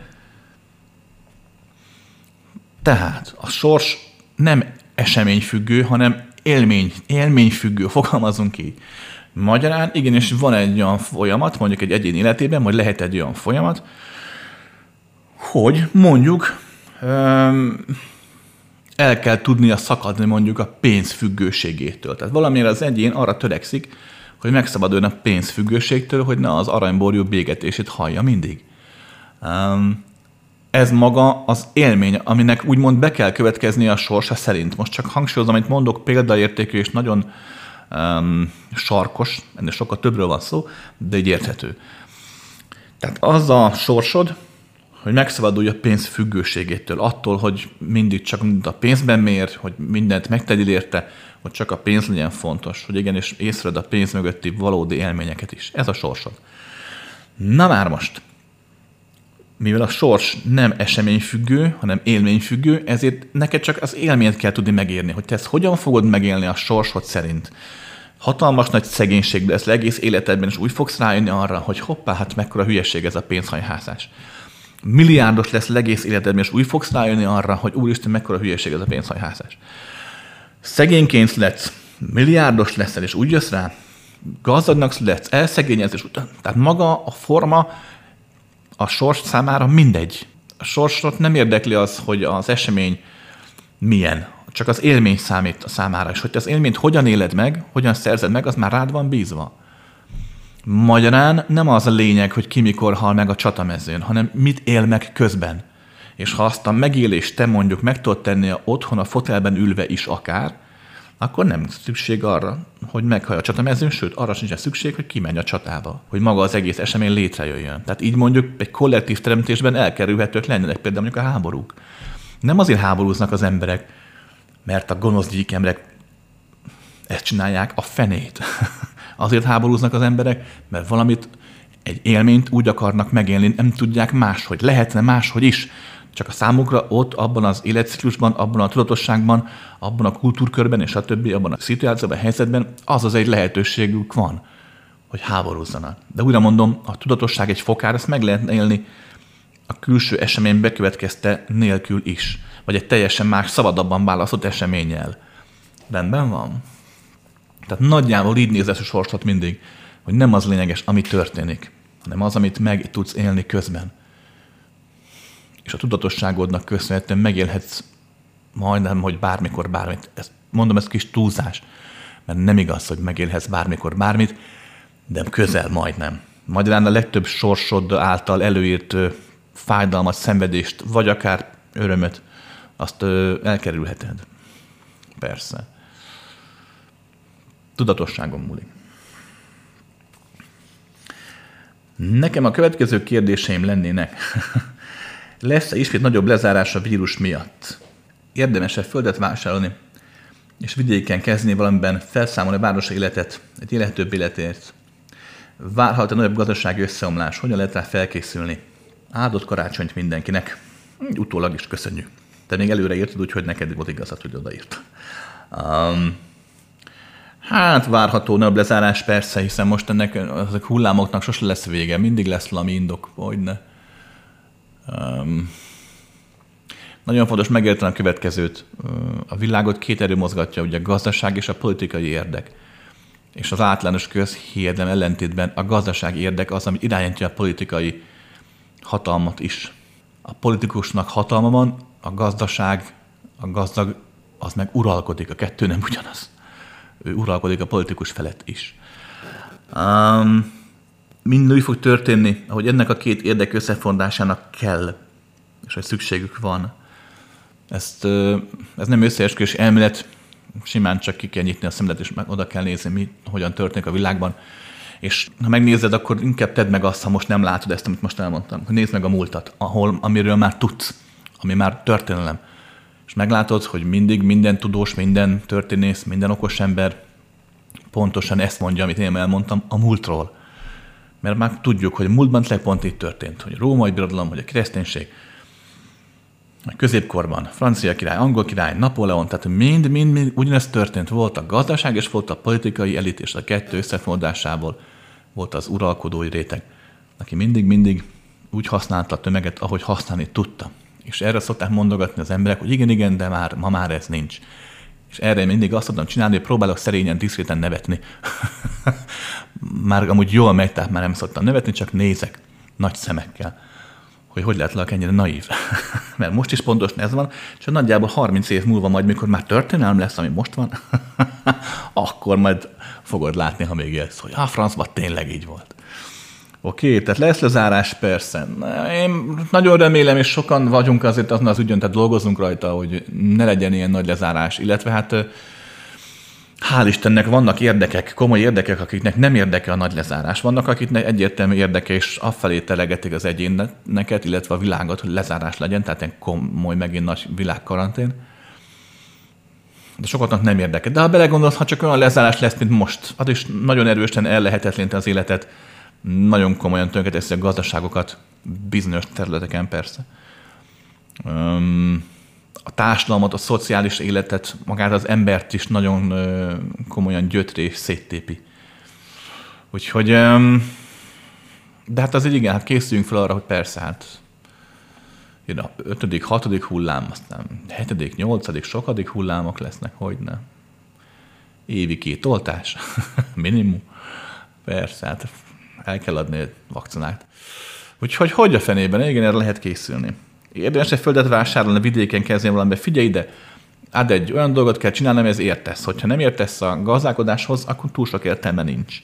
Tehát a sors nem eseményfüggő, hanem élmény, élményfüggő, fogalmazunk így. Magyarán igenis van egy olyan folyamat, mondjuk egy egyén életében, vagy lehet egy olyan folyamat, hogy mondjuk öm, el kell tudnia szakadni mondjuk a pénz függőségétől. Tehát valamiért az egyén arra törekszik, hogy megszabaduljon a pénz függőségtől, hogy ne az aranyborjú bégetését hallja mindig. Um, ez maga az élmény, aminek úgymond be kell következnie a sorsa szerint. Most csak hangsúlyozom, amit mondok, példaértékű és nagyon um, sarkos, ennél sokkal többről van szó, de így érthető. Tehát az a sorsod, hogy megszabadulj a pénz függőségétől, attól, hogy mindig csak a pénzben mér, hogy mindent megtegyél érte, hogy csak a pénz legyen fontos, hogy igenis észrevedd a pénz mögötti valódi élményeket is. Ez a sorsod. Na már most, mivel a sors nem eseményfüggő, hanem élményfüggő, ezért neked csak az élményt kell tudni megérni, hogy te ezt hogyan fogod megélni a sorsod szerint. Hatalmas nagy szegénységbe lesz egész életedben, és úgy fogsz rájönni arra, hogy hoppá, hát mekkora hülyeség ez a pénzhajhászás. Milliárdos lesz egész életedben, és úgy fogsz rájönni arra, hogy úristen, mekkora hülyeség ez a pénzhajhászás. Szegényként letsz, milliárdos leszel, és úgy jössz rá, gazdagnak születsz, elszegényedsz, és utána. Tehát maga a forma a sors számára mindegy. A sorsot nem érdekli az, hogy az esemény milyen, csak az élmény számít a számára, és hogy te az élményt hogyan éled meg, hogyan szerzed meg, az már rád van bízva. Magyarán nem az a lényeg, hogy ki mikor hal meg a csatamezőn, hanem mit él meg közben. És ha azt a megélést te mondjuk meg tudod tenni otthon a fotelben ülve is akár, akkor nem szükség arra, hogy meghallja a csatamezőn, sőt, arra sincs szükség, hogy kimenj a csatába, hogy maga az egész esemény létrejöjjön. Tehát így mondjuk egy kollektív teremtésben elkerülhetők lennének például mondjuk a háborúk. Nem azért háborúznak az emberek, mert a gonosz gyíkemberek ezt csinálják, a fenét. Azért háborúznak az emberek, mert valamit, egy élményt úgy akarnak megélni, nem tudják máshogy. Lehetne máshogy is. Csak a számukra ott, abban az életciklusban, abban a tudatosságban, abban a kultúrkörben és a többi, abban a szituációban, a helyzetben, az az egy lehetőségük van, hogy háborúzzanak. De újra mondom, a tudatosság egy fokára, ezt meg lehet élni a külső esemény bekövetkezte nélkül is. Vagy egy teljesen más, szabadabban választott eseménnyel. Rendben van? Tehát nagyjából így néz a sorsot mindig, hogy nem az lényeges, ami történik, hanem az, amit meg tudsz élni közben. És a tudatosságodnak köszönhetően megélhetsz majdnem, hogy bármikor bármit. Ezt, mondom, ez kis túlzás, mert nem igaz, hogy megélhetsz bármikor bármit, de közel majdnem. Magyarán a legtöbb sorsod által előírt fájdalmat, szenvedést, vagy akár örömöt, azt elkerülheted. Persze. Tudatosságon múlik. Nekem a következő kérdéseim lennének. Lesz-e ismét nagyobb lezárás a vírus miatt? Érdemes-e földet vásárolni, és vidéken kezdeni valamiben felszámolni a városi életet, egy élhetőbb életért? Várhat-e nagyobb gazdasági összeomlás? Hogyan lehet rá felkészülni? Áldott karácsonyt mindenkinek. Utólag is köszönjük. Te még előre írtad, úgyhogy neked volt igazat, hogy odaírt. Um, hát várható nagyobb lezárás persze, hiszen most ennek a hullámoknak sosem lesz vége. Mindig lesz valami indok, hogyne. Um, nagyon fontos megérteni a következőt. A világot két erő mozgatja, ugye a gazdaság és a politikai érdek. És az általános közhiedelem ellentétben a gazdasági érdek az, ami irányítja a politikai hatalmat is. A politikusnak hatalma van, a gazdaság, a gazdag, az meg uralkodik, a kettő nem ugyanaz. Ő uralkodik a politikus felett is. Um, Minden úgy fog történni, ahogy ennek a két érdek összefondásának kell, és hogy szükségük van. Ezt, ez nem összeesküvés elmélet, simán csak ki kell nyitni a szemlet, és meg oda kell nézni, mi, hogyan történik a világban. És ha megnézed, akkor inkább tedd meg azt, ha most nem látod ezt, amit most elmondtam, hogy nézd meg a múltat, ahol, amiről már tudsz, ami már történelem. És meglátod, hogy mindig minden tudós, minden történész, minden okos ember pontosan ezt mondja, amit én elmondtam a múltról. Mert már tudjuk, hogy múltban tényleg pont itt történt, hogy a római birodalom, vagy a kereszténység, A középkorban francia király, angol király, Napóleon, tehát mind-mind ugyanezt történt. Volt a gazdaság, és volt a politikai elit, és a kettő összefonódásából volt az uralkodói réteg, aki mindig-mindig úgy használta a tömeget, ahogy használni tudta. És erre szokták mondogatni az emberek, hogy igen, igen, de már, ma már ez nincs. És erre mindig azt tudom csinálni, hogy próbálok szerényen, diszkréten nevetni. Már amúgy jól megy, tehát már nem szoktam nevetni, csak nézek nagy szemekkel, hogy hogy lehet lak ennyire naív. Mert most is pontosan ez van, csak nagyjából harminc év múlva majd, mikor már történelem lesz, ami most van, akkor majd fogod látni, ha még élsz, hogy a francban tényleg így volt. Oké, okay, tehát lesz lezárás, persze. Én nagyon remélem, és sokan vagyunk azért azon az ügyön, tehát dolgozunk rajta, hogy ne legyen ilyen nagy lezárás, illetve hát hál' Istennek vannak érdekek, komoly érdekek, akiknek nem érdeke a nagy lezárás. Vannak, akiknek egyértelmű érdeke, és afelé telegetik az egyéneket, illetve a világot, hogy lezárás legyen, tehát egy komoly, megint nagy világkarantén. De sokatnak nem érdeke. De ha belegondolsz, ha csak olyan lezárás lesz, mint most, az is nagyon erősen ellehetetlenít az életet, nagyon komolyan tönkreteszi a gazdaságokat, bizonyos területeken persze. A társadalmat, a szociális életet, magát az embert is nagyon komolyan gyötri és széttépi. Úgyhogy, de hát azért igen, hát készüljünk fel arra, hogy persze, hát jön a ötödik, hatodik hullám, aztán hetedik, nyolcadik, sokadik hullámok lesznek, hogyne. Évi két oltás, minimum. Persze, hát el kell adni a vakcinát. Úgyhogy hogy a fenében? Igen, erre lehet készülni. Érdemes egy földet vásárolni, vidéken kezdeni valamiben. Figyelj ide, hát egy olyan dolgot kell csinálni, amihez értesz. Hogyha nem értesz a gazdálkodáshoz, akkor túl sok értelme nincs.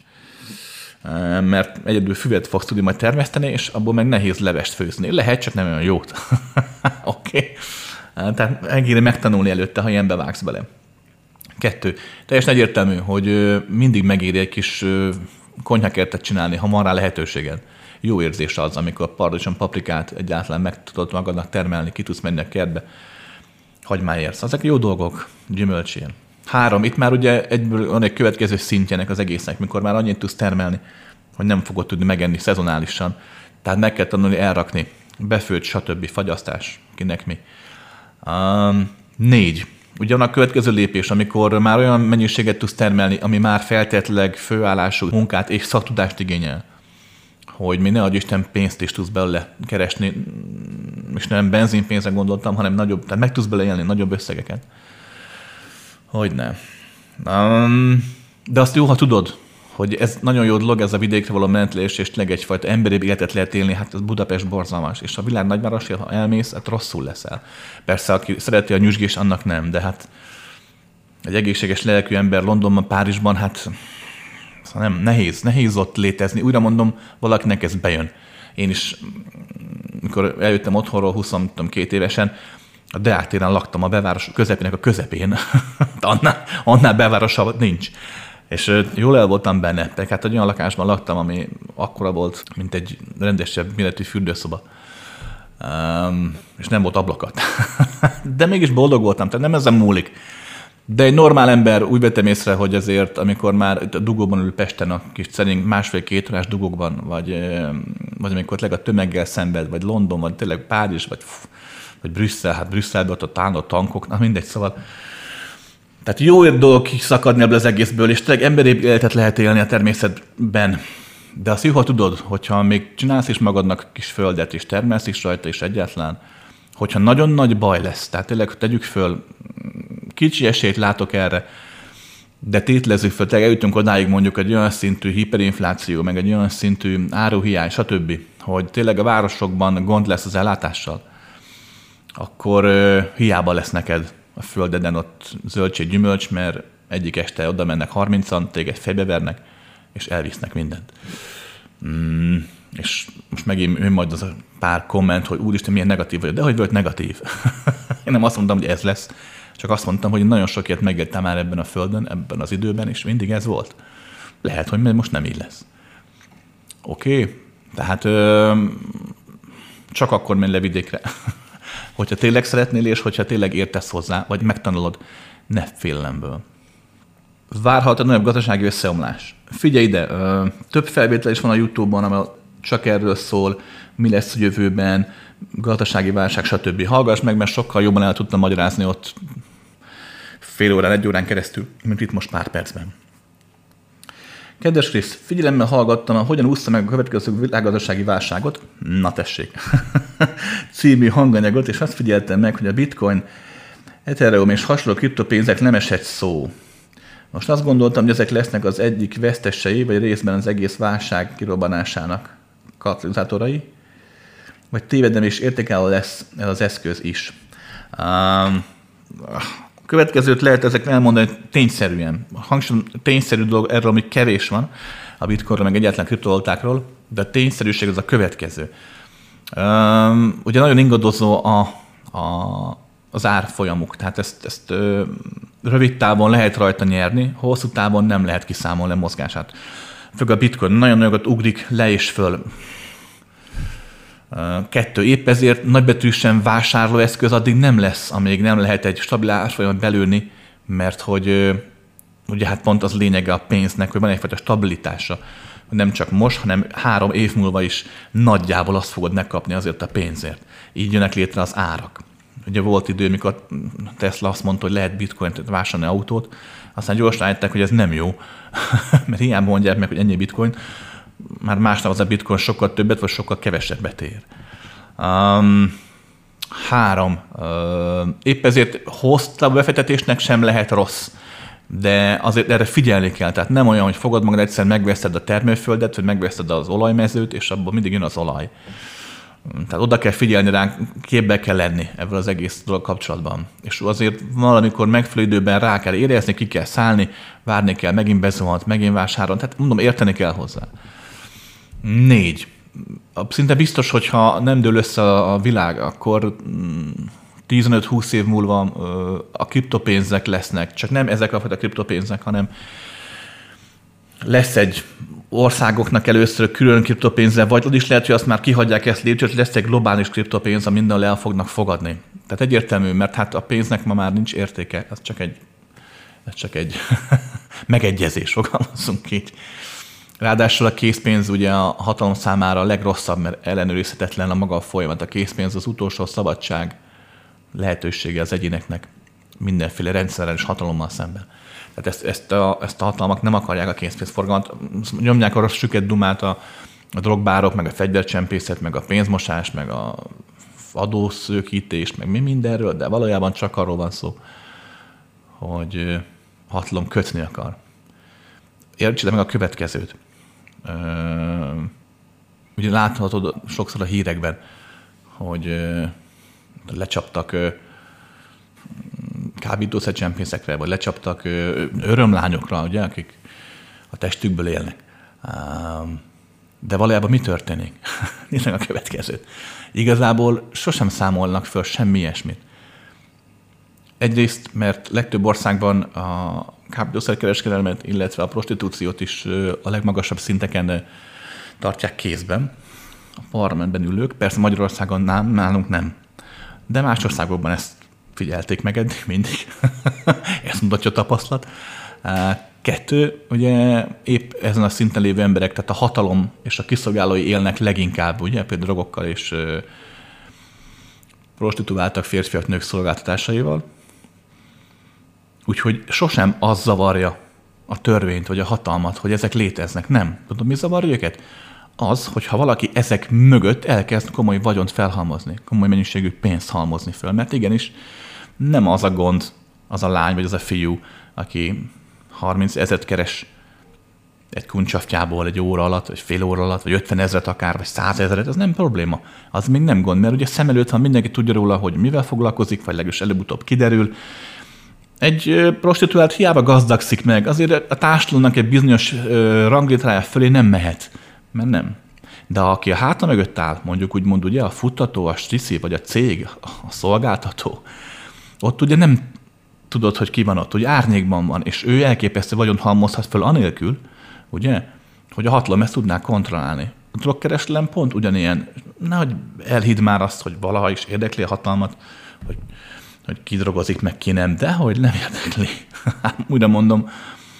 Mert egyedül füvet fogsz tudni majd termeszteni, és abból meg nehéz levest főzni. Lehet, csak nem olyan jót. Oké. Okay. Tehát egész megtanulni előtte, ha ilyen bevágsz bele. Kettő. Teljesen egyértelmű, hogy mindig megéri egy kis konyhakertet csinálni, ha van rá lehetőséged. Jó érzés az, amikor paradicsom, paprikát egyáltalán meg tudod magadnak termelni, ki tudsz menni a kertbe, hagymáért. Ezek jó dolgok, gyümölcsén. Három, itt már ugye egyből van egy következő szintjének az egésznek, mikor már annyit tudsz termelni, hogy nem fogod tudni megenni szezonálisan. Tehát meg kell tanulni elrakni, befőtt, stb. Fagyasztás, kinek mi. Um, négy. Ugyan a következő lépés, amikor már olyan mennyiséget tudsz termelni, ami már feltétlenleg főállású munkát és szaktudást igényel, hogy még ne adj Isten pénzt is tudsz belőle keresni, és nem benzinpénzre gondoltam, hanem nagyobb, tehát meg tudsz bele élni nagyobb összegeket. Hogyne. Um, de azt jó, ha tudod, hogy ez nagyon jó dolog, ez a vidékre való mentlés, és tényleg egyfajta emberibb életet lehet élni, hát ez Budapest borzalmas, és a világ nagyvárosért, ha elmész, hát rosszul leszel. Persze, aki szereti a nyüzsgés, annak nem, de hát egy egészséges lelkű ember Londonban, Párizsban, hát nem, nehéz, nehéz ott létezni. Újra mondom, valakinek ez bejön. Én is, mikor eljöttem otthonról huszonkettő évesen, a Deák téren laktam a beváros közepének a közepén. annál, annál bevárosabb nincs. És jól el voltam benne. Tehát hát egy olyan lakásban laktam, ami akkora volt, mint egy rendesebb méretű fürdőszoba. Um, és nem volt ablakat. De mégis boldog voltam, tehát nem ezen múlik. De egy normál ember úgy vettem észre, hogy azért, amikor már a dugóban ül Pesten, a kis szerint másfél-két órás dugókban, vagy, vagy amikor tényleg a tömeggel szenved, vagy London, vagy tényleg Párizs, vagy, vagy Brüsszel, hát Brüsszelben ott a tánó tankok, na mindegy, szóval. Tehát jó dolog kiszakadni ebből az egészből, és tényleg emberi életet lehet élni a természetben. De azt jó, ha tudod, hogyha még csinálsz is magadnak kis földet, és termelsz is rajta, és egyáltalán, hogyha nagyon nagy baj lesz, tehát tényleg tegyük föl, kicsi esélyt látok erre, de tételezzük föl, tényleg eljutunk odáig mondjuk egy olyan szintű hiperinfláció, meg egy olyan szintű áruhiány, stb., hogy tényleg a városokban gond lesz az ellátással, akkor uh, hiába lesz neked a földeden ott zöldség, gyümölcs, mert egyik este oda mennek harmincan, téged fejbevernek, és elvisznek mindent. Mm, és most megint jön majd az a pár komment, hogy úristen, milyen negatív vagy, de hogy volt negatív. Én nem azt mondtam, hogy ez lesz, csak azt mondtam, hogy nagyon sok ilyet megéltem már ebben a földön, ebben az időben, és mindig ez volt. Lehet, hogy most nem így lesz. Oké? Okay? Tehát ö, csak akkor menj le vidékre. Hogyha tényleg szeretnél, és hogyha tényleg értesz hozzá, vagy megtanulod, ne félelemből. Várhat egy nagyobb gazdasági összeomlás. Figyelj ide, ö, több felvétel is van a YouTube-on, amely csak erről szól, mi lesz a jövőben, gazdasági válság, stb. Hallgass meg, mert sokkal jobban el tudtam magyarázni ott fél órán, egy órán keresztül, mint itt most pár percben. Kedves Krisz, figyelemmel hallgattam, hogyan úszta meg a következő világgazdasági válságot, na tessék, című hanganyagot, és azt figyeltem meg, hogy a Bitcoin, Ethereum és hasonló kriptopénzek nem esett szó. Most azt gondoltam, hogy ezek lesznek az egyik vesztesei, vagy részben az egész válság kirobbanásának katalizátorai, vagy tévedem és értékelő lesz ez az eszköz is. Um, a következőt lehet ezek elmondani tényszerűen. Hangsúlyom, tényszerű dolog, erről még kevés van a bitcoinról, meg egyáltalán kriptovalutákról, de a tényszerűség az a következő. Um, ugye nagyon ingadozó a, a, az árfolyamuk, tehát ezt, ezt ö, rövid távon lehet rajta nyerni, hosszú távon nem lehet kiszámolni a mozgását. Főleg a bitcoin nagyon nagyot ugrik le és föl. Kettő, épp ezért nagybetűsen vásárlóeszköz addig nem lesz, amíg nem lehet egy stabil árfolyamot belülni, mert hogy ugye hát pont az lényege a pénznek, hogy van egyfajta stabilitása. Nem csak most, hanem három év múlva is nagyjából azt fogod megkapni azért a pénzért. Így jönnek létre az árak. Ugye volt idő, mikor Tesla azt mondta, hogy lehet bitcoint vásárolni autót, aztán gyorsan állították, hogy ez nem jó, mert hiába mondják meg, hogy ennyi bitcoin, már másnap az a bitcoin sokkal többet, vagy sokkal kevesebbet ér. Um, három. Uh, épp ezért hosszabb befektetésnek sem lehet rossz, de azért erre figyelni kell. Tehát nem olyan, hogy fogod magad egyszer, megveszed a termőföldet, vagy megveszed az olajmezőt, és abból mindig jön az olaj. Tehát oda kell figyelni ránk, képbe kell lenni ebből az egész dolog kapcsolatban. És azért valamikor megfelelő időben rá kell érezni, ki kell szállni, várni kell, megint bezuhant, megint vásárolni. Tehát mondom, érteni kell hozzá. Négy. Szinte biztos, hogyha nem dől össze a világ, akkor tizenöt-húsz év múlva a kriptopénzek lesznek. Csak nem ezek a fajta kriptopénzek, hanem lesz egy országoknak először külön kriptopénze, vagy ott is lehet, hogy azt már kihagyják ezt lépcsőt, lesz egy globális kriptopénz, amit mindenhol el fognak fogadni. Tehát egyértelmű, mert hát a pénznek ma már nincs értéke, ez csak egy, ez csak egy megegyezés, fogalmazunk így. Ráadásul a készpénz ugye a hatalom számára a legrosszabb, mert ellenőrizhetetlen a maga a folyamat. A készpénz az utolsó szabadság lehetősége az egyéneknek mindenféle rendszeres hatalommal szemben. Tehát ezt, ezt, a, ezt a hatalmak nem akarják a készpénzforgalmat. Nyomják a rossz süket dumát a, a drogbárok, meg a fegyvercsempészet, meg a pénzmosás, meg a adószőkítés, meg mi mindenről, de valójában csak arról van szó, hogy hatalom kötni akar. Értsétek meg a következőt. Ugye láthatod sokszor a hírekben, hogy lecsaptak kábítószercsempészekre, vagy lecsaptak örömlányokra, ugye, akik a testükből élnek. De valójában mi történik? Nézzük a következőt. Igazából sosem számolnak föl semmi ilyesmit. Egyrészt, mert legtöbb országban a kábítószerkereskedelmet, illetve a prostitúciót is a legmagasabb szinteken tartják kézben. A parlamentben ülők, persze Magyarországon nem, nálunk nem. De más országokban ezt figyelték meg eddig mindig. Ezt mutatja a tapasztalat. Kettő, ugye épp ezen a szinten lévő emberek, tehát a hatalom és a kiszolgálói élnek leginkább, ugye, például drogokkal és prostituáltak férfiak, nők szolgáltatásaival. Úgyhogy sosem az zavarja a törvényt vagy a hatalmat, hogy ezek léteznek. Nem. Tudom, mi zavarja őket? Az, hogyha valaki ezek mögött elkezd komoly vagyont felhalmozni, komoly mennyiségű pénzt halmozni föl. Mert igenis nem az a gond, az a lány vagy az a fiú, aki harminc ezret keres egy kuncsaftjából egy óra alatt, vagy fél óra alatt, vagy ötven ezret akár, vagy száz ezret, az nem probléma. Az még nem gond, mert ugye szem előtt, ha mindenki tudja róla, hogy mivel foglalkozik, vagy legalábbis előbb-utóbb kiderül. Egy prostituált hiába gazdagszik meg, azért a társadalomnak egy bizonyos ranglétrája fölé nem mehet, mert nem. De aki a háta mögött áll, mondjuk úgymond ugye a futtató, a striszi, vagy a cég, a szolgáltató, ott ugye nem tudod, hogy ki van ott, hogy árnyékban van, és ő elképesztő vagyon halmozhat föl anélkül, ugye, hogy a hatalom ezt tudná kontrollálni. A drogkereskedelem pont ugyanilyen, nehogy elhidd már azt, hogy valaha is érdekli a hatalmat, hogy, hogy ki drogozik, meg ki nem, de hogy nem érdekli. Újra mondom,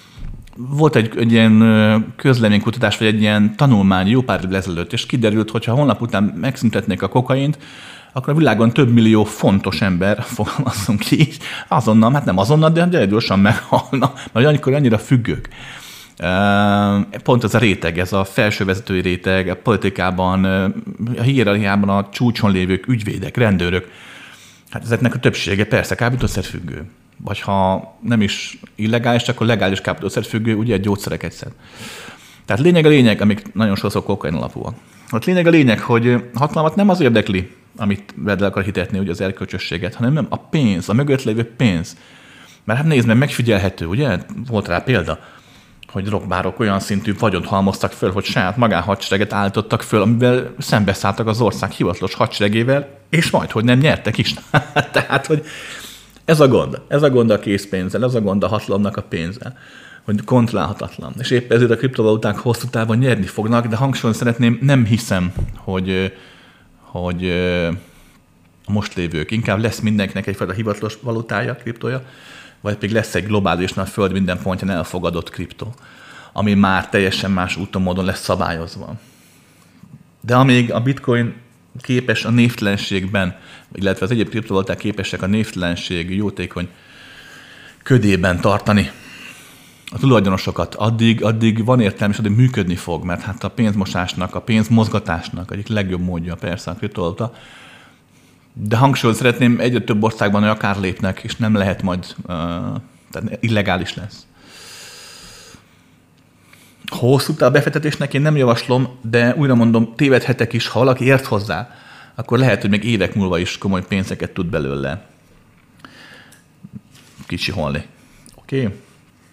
Volt egy, egy ilyen közleménykutatás, vagy egy ilyen tanulmány jó pár évvel ezelőtt, és kiderült, hogy ha holnap után megszüntetnék a kokaint, akkor a világon több millió fontos ember, fogalmazzunk ki így, azonnal, hát nem azonnal, de gyere gyorsan meghalna, mert olyankor annyira függők. Pont ez a réteg, ez a felsővezetői réteg, a politikában, a hierarchiában a csúcson lévők, ügyvédek, rendőrök, hát ezeknek a többsége persze kábítószerfüggő. Vagy ha nem is illegális, akkor legális kábítószerfüggő, ugye egy gyógyszereket szed. Tehát lényeg a lényeg, amik nagyon sokszor kokain alapúak. Hát lényeg a lényeg, hogy hatalmat nem az érdekli, amit vele akar hitetni, ugye az erkölcsösséget, hanem nem a pénz, a mögött lévő pénz. Mert hát nézd meg, megfigyelhető, ugye? Volt rá példa, hogy rockbárok olyan szintű vagyont halmoztak föl, hogy saját magánhadsereget állítottak föl, amivel szembeszálltak az ország hivatalos hadseregével, és majd, hogy nem nyertek is. Tehát, hogy ez a gond. Ez a gond a készpénzzel, ez a gond a hatalomnak a pénzzel, hogy kontrollálhatatlan. És épp ezért a kriptovaluták hosszú távon nyerni fognak, de hangsúlyozni szeretném, nem hiszem, hogy, hogy a most lévők. Inkább lesz mindenkinek egyfajta hivatalos valutája, kriptója, vagy pedig lesz egy globálisan a Föld minden pontján elfogadott kriptó, ami már teljesen más úton, módon lesz szabályozva. De amíg a bitcoin képes a névtelenségben, illetve az egyéb kriptovaluták képesek a névtelenség jótékony ködében tartani a tulajdonosokat, addig, addig van értelme, és addig működni fog, mert hát a pénzmosásnak, a pénzmozgatásnak egyik legjobb módja persze a kriptovaluta. De hangsúlyozni szeretném, egyre több országban akár lépnek, és nem lehet majd, uh, tehát illegális lesz. Hosszú távú befektetésnek én nem javaslom, de újra mondom, tévedhetek is, ha valaki ért hozzá, akkor lehet, hogy még évek múlva is komoly pénzeket tud belőle kicsiholni. Oké? Okay?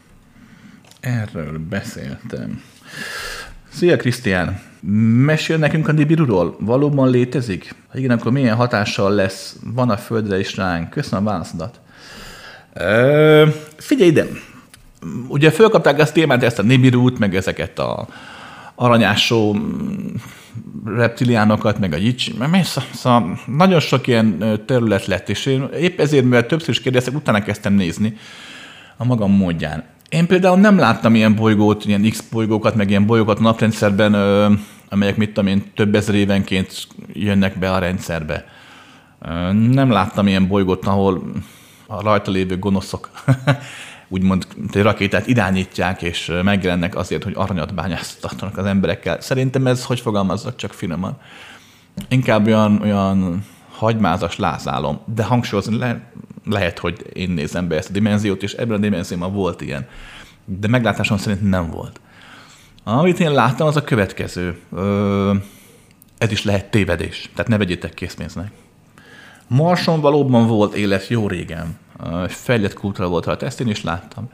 Erről beszéltem. Szia, Krisztián! Mesél nekünk a Nibiruról? Valóban létezik? Ha igen, akkor milyen hatással lesz? Van a Földre is ránk? Köszönöm a válaszodat. Ö, figyelj ide! Ugye fölkapták ezt a témát, ezt a Nibirut, meg ezeket a aranyásó reptiliánokat, meg a jics. Szóval nagyon sok ilyen terület lett, és én épp ezért, mivel többször is kérdeztek, utána kezdtem nézni a magam módján. Én például nem láttam ilyen bolygót, ilyen X bolygókat, meg ilyen bolygókat a naprendszerben, amelyek mit tudom én, több ezer évenként jönnek be a rendszerbe. Nem láttam ilyen bolygót, ahol a rajta lévő gonoszok úgymond egy rakétát irányítják, és megjelennek azért, hogy aranyat bányáztatnak az emberekkel. Szerintem ez, hogy fogalmazzak, csak finoman. Inkább olyan, olyan hagymázas lázálom, de hangsúlyozni le, lehet, hogy én nézem be ezt a dimenziót, és ebben a dimenzióban volt ilyen. De meglátásom szerint nem volt. Amit én láttam, az a következő. Ez is lehet tévedés, tehát ne vegyétek készpénznek. Marson valóban volt élet jó régen. Fejlett kultúra volt rajta, ezt én is láttam.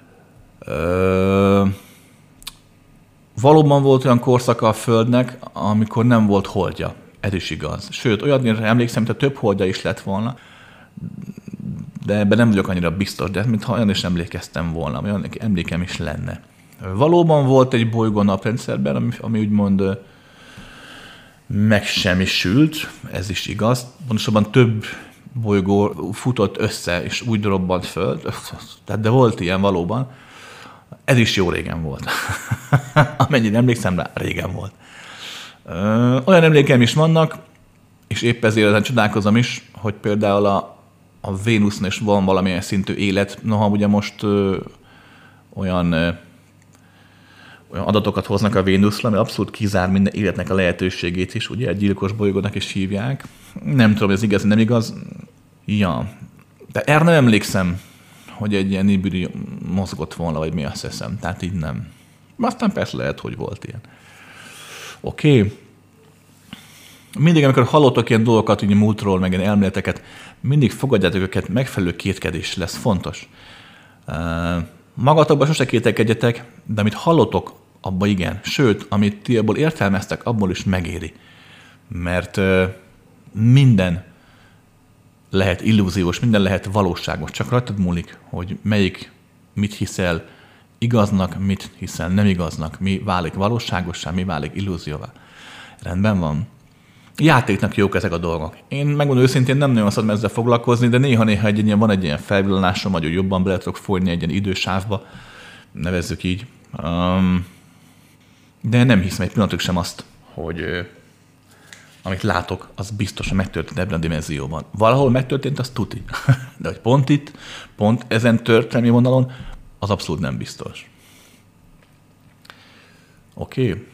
Valóban volt olyan korszaka a Földnek, amikor nem volt holdja. Ez is igaz. Sőt, olyanra emlékszem, mint a több holdja is lett volna, de ebben nem vagyok annyira biztos, de mintha olyan is emlékeztem volna, olyan emlékem is lenne. Valóban volt egy bolygó naprendszerben, ami, ami úgymond megsemmisült, ez is igaz. Pontosabban több bolygó futott össze, és úgy robbant föl, tehát de volt ilyen valóban. Ez is jó régen volt. Amennyire emlékszem rá, régen volt. Olyan emlékeim is vannak, és épp ezért ezen csodálkozom is, hogy például a, a Vénuszon is van valamilyen szintű élet, noha ugye most ö, olyan, ö, olyan adatokat hoznak a Vénuszra, ami abszolút kizár minden életnek a lehetőségét is, ugye egy gyilkos bolygónak is hívják. Nem tudom, hogy ez igaz, nem igaz. Ja, de erre nem emlékszem, hogy egy ilyen Nibiru mozgott volna, vagy mi azt hiszem. Tehát így nem. Aztán persze lehet, hogy volt ilyen. Oké. Okay. Mindig, amikor hallottok ilyen dolgokat, így múltról, meg ilyen elméleteket, mindig fogadjátok őket, megfelelő kétkedés lesz fontos. Magatokban sose kételkedjetek, de amit hallotok, abban igen. Sőt, amit ti abból értelmeztek, abból is megéri. Mert minden lehet illúziós, minden lehet valóságos. Csak rajtad múlik, hogy melyik mit hiszel igaznak, mit hiszel nem igaznak, mi válik valóságossá, mi válik illúzióvá. Rendben van. Játéknak jók ezek a dolgok. Én megmondom őszintén, nem nagyon szoktam ezzel foglalkozni, de néha-néha egy ilyen, van egy ilyen felvillanásom, vagy jobban bele tudok folyni egy ilyen idősávba, nevezzük így, Um, de nem hiszem egy pillanatig sem azt, hogy uh, amit látok, az biztosan megtörtént ebben a dimenzióban. Valahol megtörtént, az tuti. De hogy pont itt, pont ezen történelmi vonalon, az abszolút nem biztos. Oké. Okay.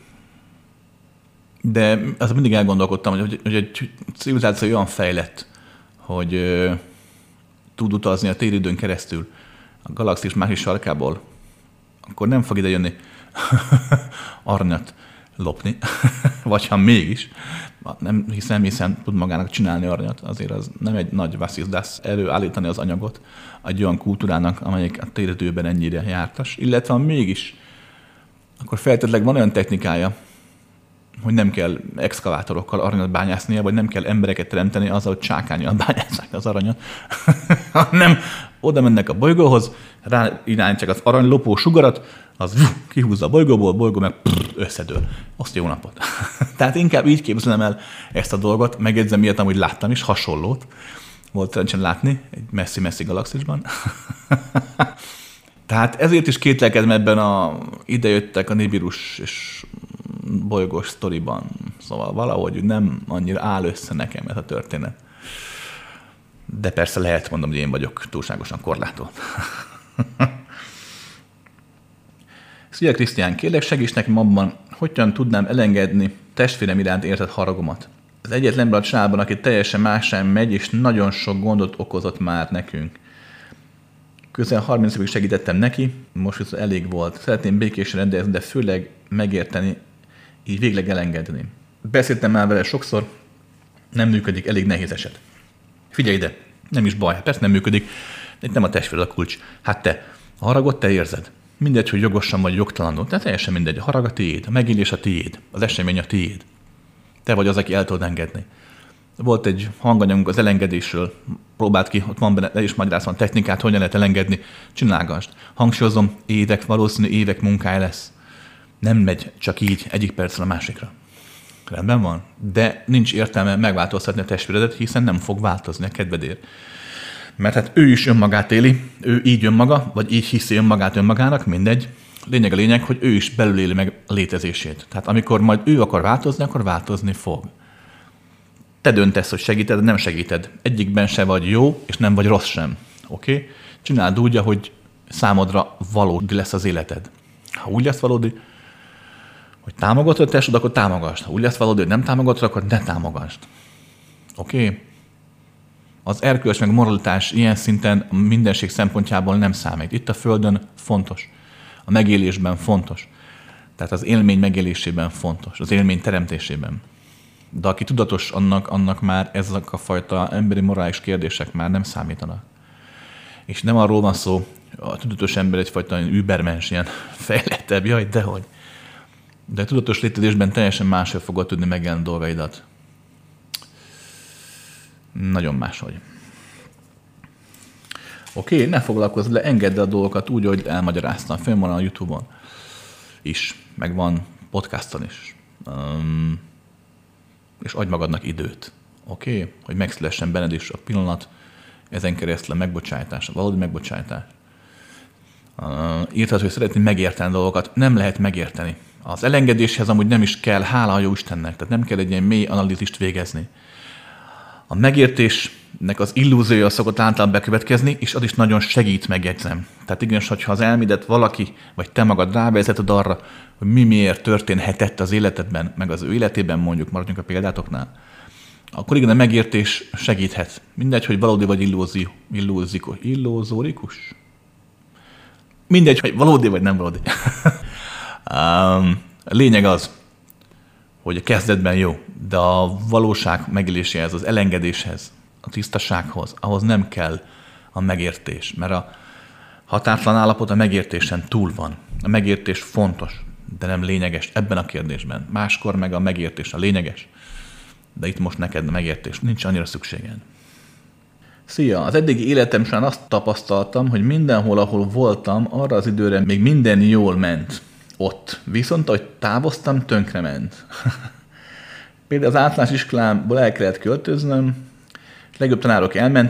De azt mindig elgondolkodtam, hogy, hogy egy civilizáció olyan fejlett, hogy uh, tud utazni a téridőn keresztül a galaxis másik sarkából, akkor nem fog ide jönni aranyat lopni, vagy ha mégis, nem hiszem, hiszen tud magának csinálni aranyat, azért az nem egy nagy vasszizdász előállítani az anyagot egy olyan kultúrának, amelyik a téridőben ennyire jártas, illetve ha mégis, akkor feltétlenül van olyan technikája, hogy nem kell exkavátorokkal aranyat bányásznia, vagy nem kell embereket teremteni azzal, hogy csákánnyal bányásszák az aranyat, hanem oda mennek a bolygóhoz, rá irányítják az aranylopó sugarat, az kihúzza a bolygóból, a bolygó meg prr, összedől. Azt jó napot. Tehát inkább így képzelem el ezt a dolgot, megjegyzem, miért amúgy láttam is, hasonlót. Volt szerencsém látni egy messzi-messzi galaxisban. Tehát ezért is kételkedem ebben a idejöttek a Nibirus és bolygós sztoriban. Szóval valahogy nem annyira áll össze nekem ez a történet. De persze lehet, mondom, hogy én vagyok túlságosan korlátolt. Szia Krisztián, kérlek segíts nekem abban, hogyan tudnám elengedni testvérem iránt érzett haragomat. Az egyetlen ember a családban, aki teljesen másán megy, és nagyon sok gondot okozott már nekünk. Közel harminc évig segítettem neki, most viszont elég volt. Szeretném békésen rendezni, de főleg megérteni, így végleg elengedni. Beszéltem már vele sokszor, nem működik, elég nehéz eset. Figyelj ide, nem is baj, persze nem működik, de itt nem a testvéred a kulcs. Hát te, a haragot te érzed. Mindegy, hogy jogosan vagy jogtalanul, tehát teljesen mindegy. A harag a tiéd, a megélés a tiéd, az esemény a tiéd. Te vagy az, aki el tudod engedni. Volt egy hanganyagunk az elengedésről, próbált ki, ott van benne, le is magyarázom a technikát, hogyan lehet elengedni, csinálgasd. Hangsúlyozom, évek, valószínű évek munkája lesz. Nem megy csak így egyik percről a másikra. Rendben van? De nincs értelme megváltoztatni a testvéredet, hiszen nem fog változni a kedvedért. Mert hát ő is önmagát éli, ő így önmaga, vagy így hiszi önmagát önmagának, mindegy. Lényeg a lényeg, hogy ő is belül éli meg a létezését. Tehát amikor majd ő akar változni, akkor változni fog. Te döntesz, hogy segíted, nem segíted. Egyikben se vagy jó, és nem vagy rossz sem. Oké? Okay? Csináld úgy, hogy számodra valódi lesz az életed. Ha úgy lesz valódi, hogy támogatod a tested, akkor támogasd. Ha úgy lesz valódi, hogy nem támogatod, akkor ne támogasd. Oké? Okay? Az erkölcs meg moralitás ilyen szinten a mindenség szempontjából nem számít. Itt a Földön fontos. A megélésben fontos. Tehát az élmény megélésében fontos. Az élmény teremtésében. De aki tudatos, annak, annak már ezek a fajta emberi morális kérdések már nem számítanak. És nem arról van szó, a tudatos ember egyfajta übermens, ilyen fejlettebb, jaj, dehogy. De a tudatos létezésben teljesen máshogy fogod tudni megélni dolgaidat. Nagyon máshogy. Oké, okay, ne foglalkozz le, engedd a dolgokat úgy, hogy elmagyaráztam. Fönn van a YouTube-on is, meg van podcaston is. Um, és adj magadnak időt. Oké? Okay? Hogy megszülessen benned is a pillanat, ezen keresztül a megbocsátás, a valódi megbocsátás. Uh, írtad, hogy szeretnéd megérteni dolgokat. Nem lehet megérteni. Az elengedéshez amúgy nem is kell, hála a jó Istennek, tehát nem kell egy ilyen mély analízist végezni. A megértésnek az illúziója szokott általában bekövetkezni, és az is nagyon segít, megjegyzem. Tehát igenis, hogyha az elmédet valaki, vagy te magad rávezeted arra, hogy mi miért történhetett az életedben, meg az ő életében, mondjuk, maradjunk a példátoknál, akkor igen, a megértés segíthet. Mindegy, hogy valódi vagy illúzió, illúzikus, illúzórikus? Mindegy, hogy valódi vagy nem valódi. um, a lényeg az, hogy a kezdetben jó, de a valóság megéléséhez, az elengedéshez, a tisztasághoz, ahhoz nem kell a megértés, mert a határtalan állapot a megértésen túl van. A megértés fontos, de nem lényeges ebben a kérdésben. Máskor meg a megértés a lényeges, de itt most neked a megértés nincs annyira szükséged. Szia! Az eddigi életem során azt tapasztaltam, hogy mindenhol, ahol voltam, arra az időre még minden jól ment. Ott. Viszont, ahogy távoztam, tönkrement. Például az általános iskolámból el kellett költöznöm, és legjobb tanárok elmentek,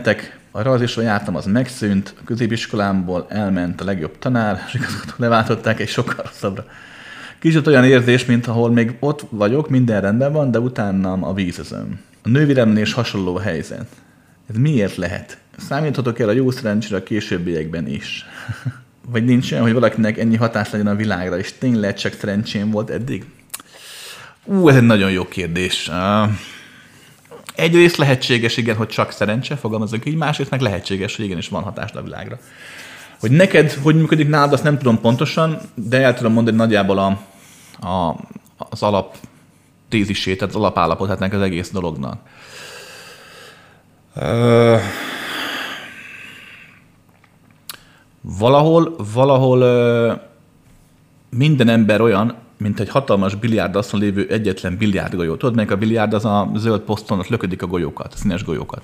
A rajzisra jártam, az megszűnt, a középiskolámból elment a legjobb tanár, és igazgató leváltották egy sokkal rosszabbra. Kicsit olyan érzés, mint ahol még ott vagyok, minden rendben van, de utánam a vízözöm. A nővéremnél is hasonló a helyzet. Ez miért lehet? Számíthatok el a jó szerencsére a későbbiekben is. Vagy nincs olyan, hogy valakinek ennyi hatás legyen a világra, és tényleg csak szerencsém volt eddig? Ú, ez egy nagyon jó kérdés. Uh, egyrészt lehetséges, igen, hogy csak szerencse, fogalmazok így, másrészt meg lehetséges, hogy igenis van hatás a világra. Hogy neked, hogy működik nálad, azt nem tudom pontosan, de el tudom mondani nagyjából a, a, az alap tézisét, tehát az alapállapotát az egész dolognak. Uh, valahol, valahol uh, minden ember olyan, mint egy hatalmas biliárdaszon lévő egyetlen biliárdgolyó. Tudod, melyik a biliárd, az a zöld poszton, ott löködik a golyókat, a színes golyókat.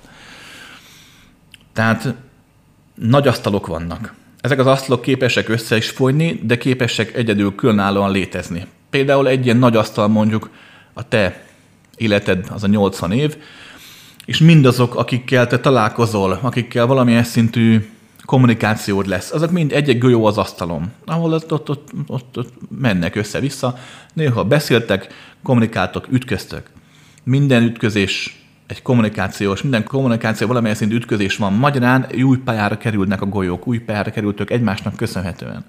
Tehát nagy asztalok vannak. Ezek az asztalok képesek össze is fogyni, de képesek egyedül különállóan létezni. Például egy ilyen nagy asztal, mondjuk a te életed az a nyolcvan év, és mindazok, akikkel te találkozol, akikkel valamilyen szintű kommunikációd lesz, azok mind egy-egy golyó az asztalon, ahol ott, ott, ott, ott, ott mennek össze-vissza, néha beszéltek, kommunikáltok, ütköztök. Minden ütközés egy kommunikációs, minden kommunikáció valamilyen szintű ütközés van. Magyarán új pályára kerülnek a golyók, új pályára kerültök egymásnak köszönhetően.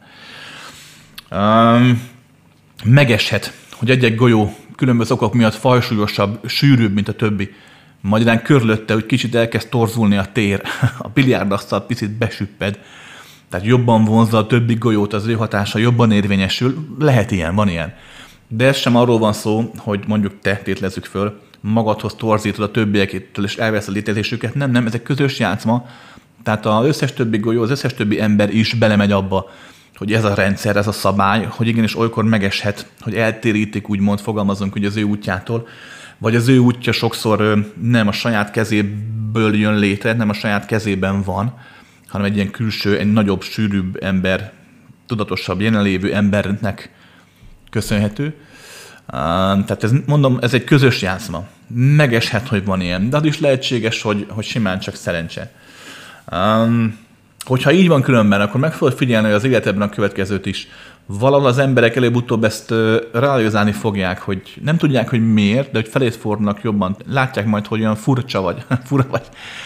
Um, megeshet, hogy egy-egy golyó különböző okok miatt fajsúlyosabb, sűrűbb, mint a többi. Magyarán körülötte, hogy kicsit elkezd torzulni a tér, a biliárdasztal picit besüpped, tehát jobban vonzza a többi golyót, az ő hatása jobban érvényesül. Lehet ilyen, van ilyen. De ez sem arról van szó, hogy mondjuk te tétlezzük föl, magadhoz torzítod a többiektől, és elvesz a létezésüket. Nem, nem, ez egy közös játszma. Tehát az összes többi golyó, az összes többi ember is belemegy abba, hogy ez a rendszer, ez a szabály, hogy igenis olykor megeshet, hogy eltérítik, úgymond fogalmazunk, hogy az ő útjától, vagy az ő útja sokszor nem a saját kezéből jön létre, nem a saját kezében van, hanem egy ilyen külső, egy nagyobb, sűrűbb ember, tudatosabb, jelenlévő embernek köszönhető. Tehát ez, mondom, ez egy közös játszma. Megeshet, hogy van ilyen, de az is lehetséges, hogy, hogy simán csak szerencse. Um, hogyha így van különben, akkor meg fogod figyelni, hogy az életedben a következőt is. Valahol az emberek előbb-utóbb ezt uh, realizálni fogják, hogy nem tudják, hogy miért, de hogy felét fordulnak jobban. Látják majd, hogy olyan furcsa vagy, fura vagy.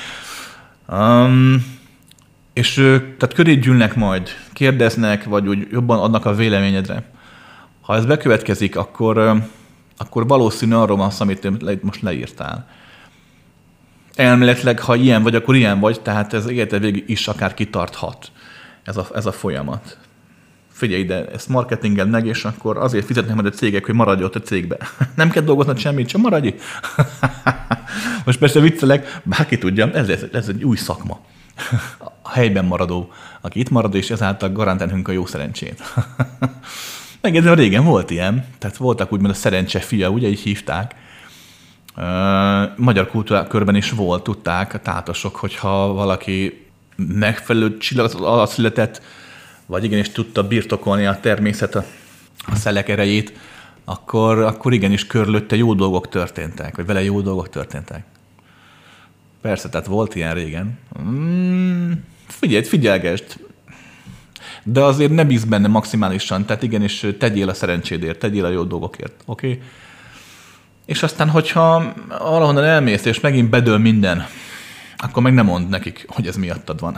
Um, és uh, tehát köré gyűlnek majd, kérdeznek, vagy úgy jobban adnak a véleményedre. Ha ez bekövetkezik, akkor, uh, akkor valószínű arról van szó, amit le, most leírtál. Elméletileg, ha ilyen vagy, akkor ilyen vagy, tehát ez életed végig is akár kitarthat ez a, ez a folyamat. Figyelj ide, ezt marketinged meg, és akkor azért fizetnek majd a cégek, hogy maradj ott a cégbe. Nem kell dolgoznod semmit, csak maradj itt. Most persze viccelek, bárki tudja, ez, ez, ez egy új szakma. A helyben maradó, aki itt marad, és ezáltal garantálunk a jó szerencsét. Meg régen volt ilyen, tehát voltak úgymond a szerencse fia, ugye így hívták. Magyar kultúrkörben is volt, tudták a tátosok, hogyha valaki megfelelő csillag alatt született, vagy igenis tudta birtokolni a természet a, a szelek erejét, akkor, akkor igenis körülötte jó dolgok történtek, vagy vele jó dolgok történtek. Persze, tehát volt ilyen régen. Mm, figyelj, figyelgesd! De azért ne bízz benne maximálisan, tehát igenis tegyél a szerencsédért, tegyél a jó dolgokért, oké? Okay? És aztán, hogyha valahonnan elmész, és megint bedől minden, akkor meg nem mondd nekik, hogy ez miattad van.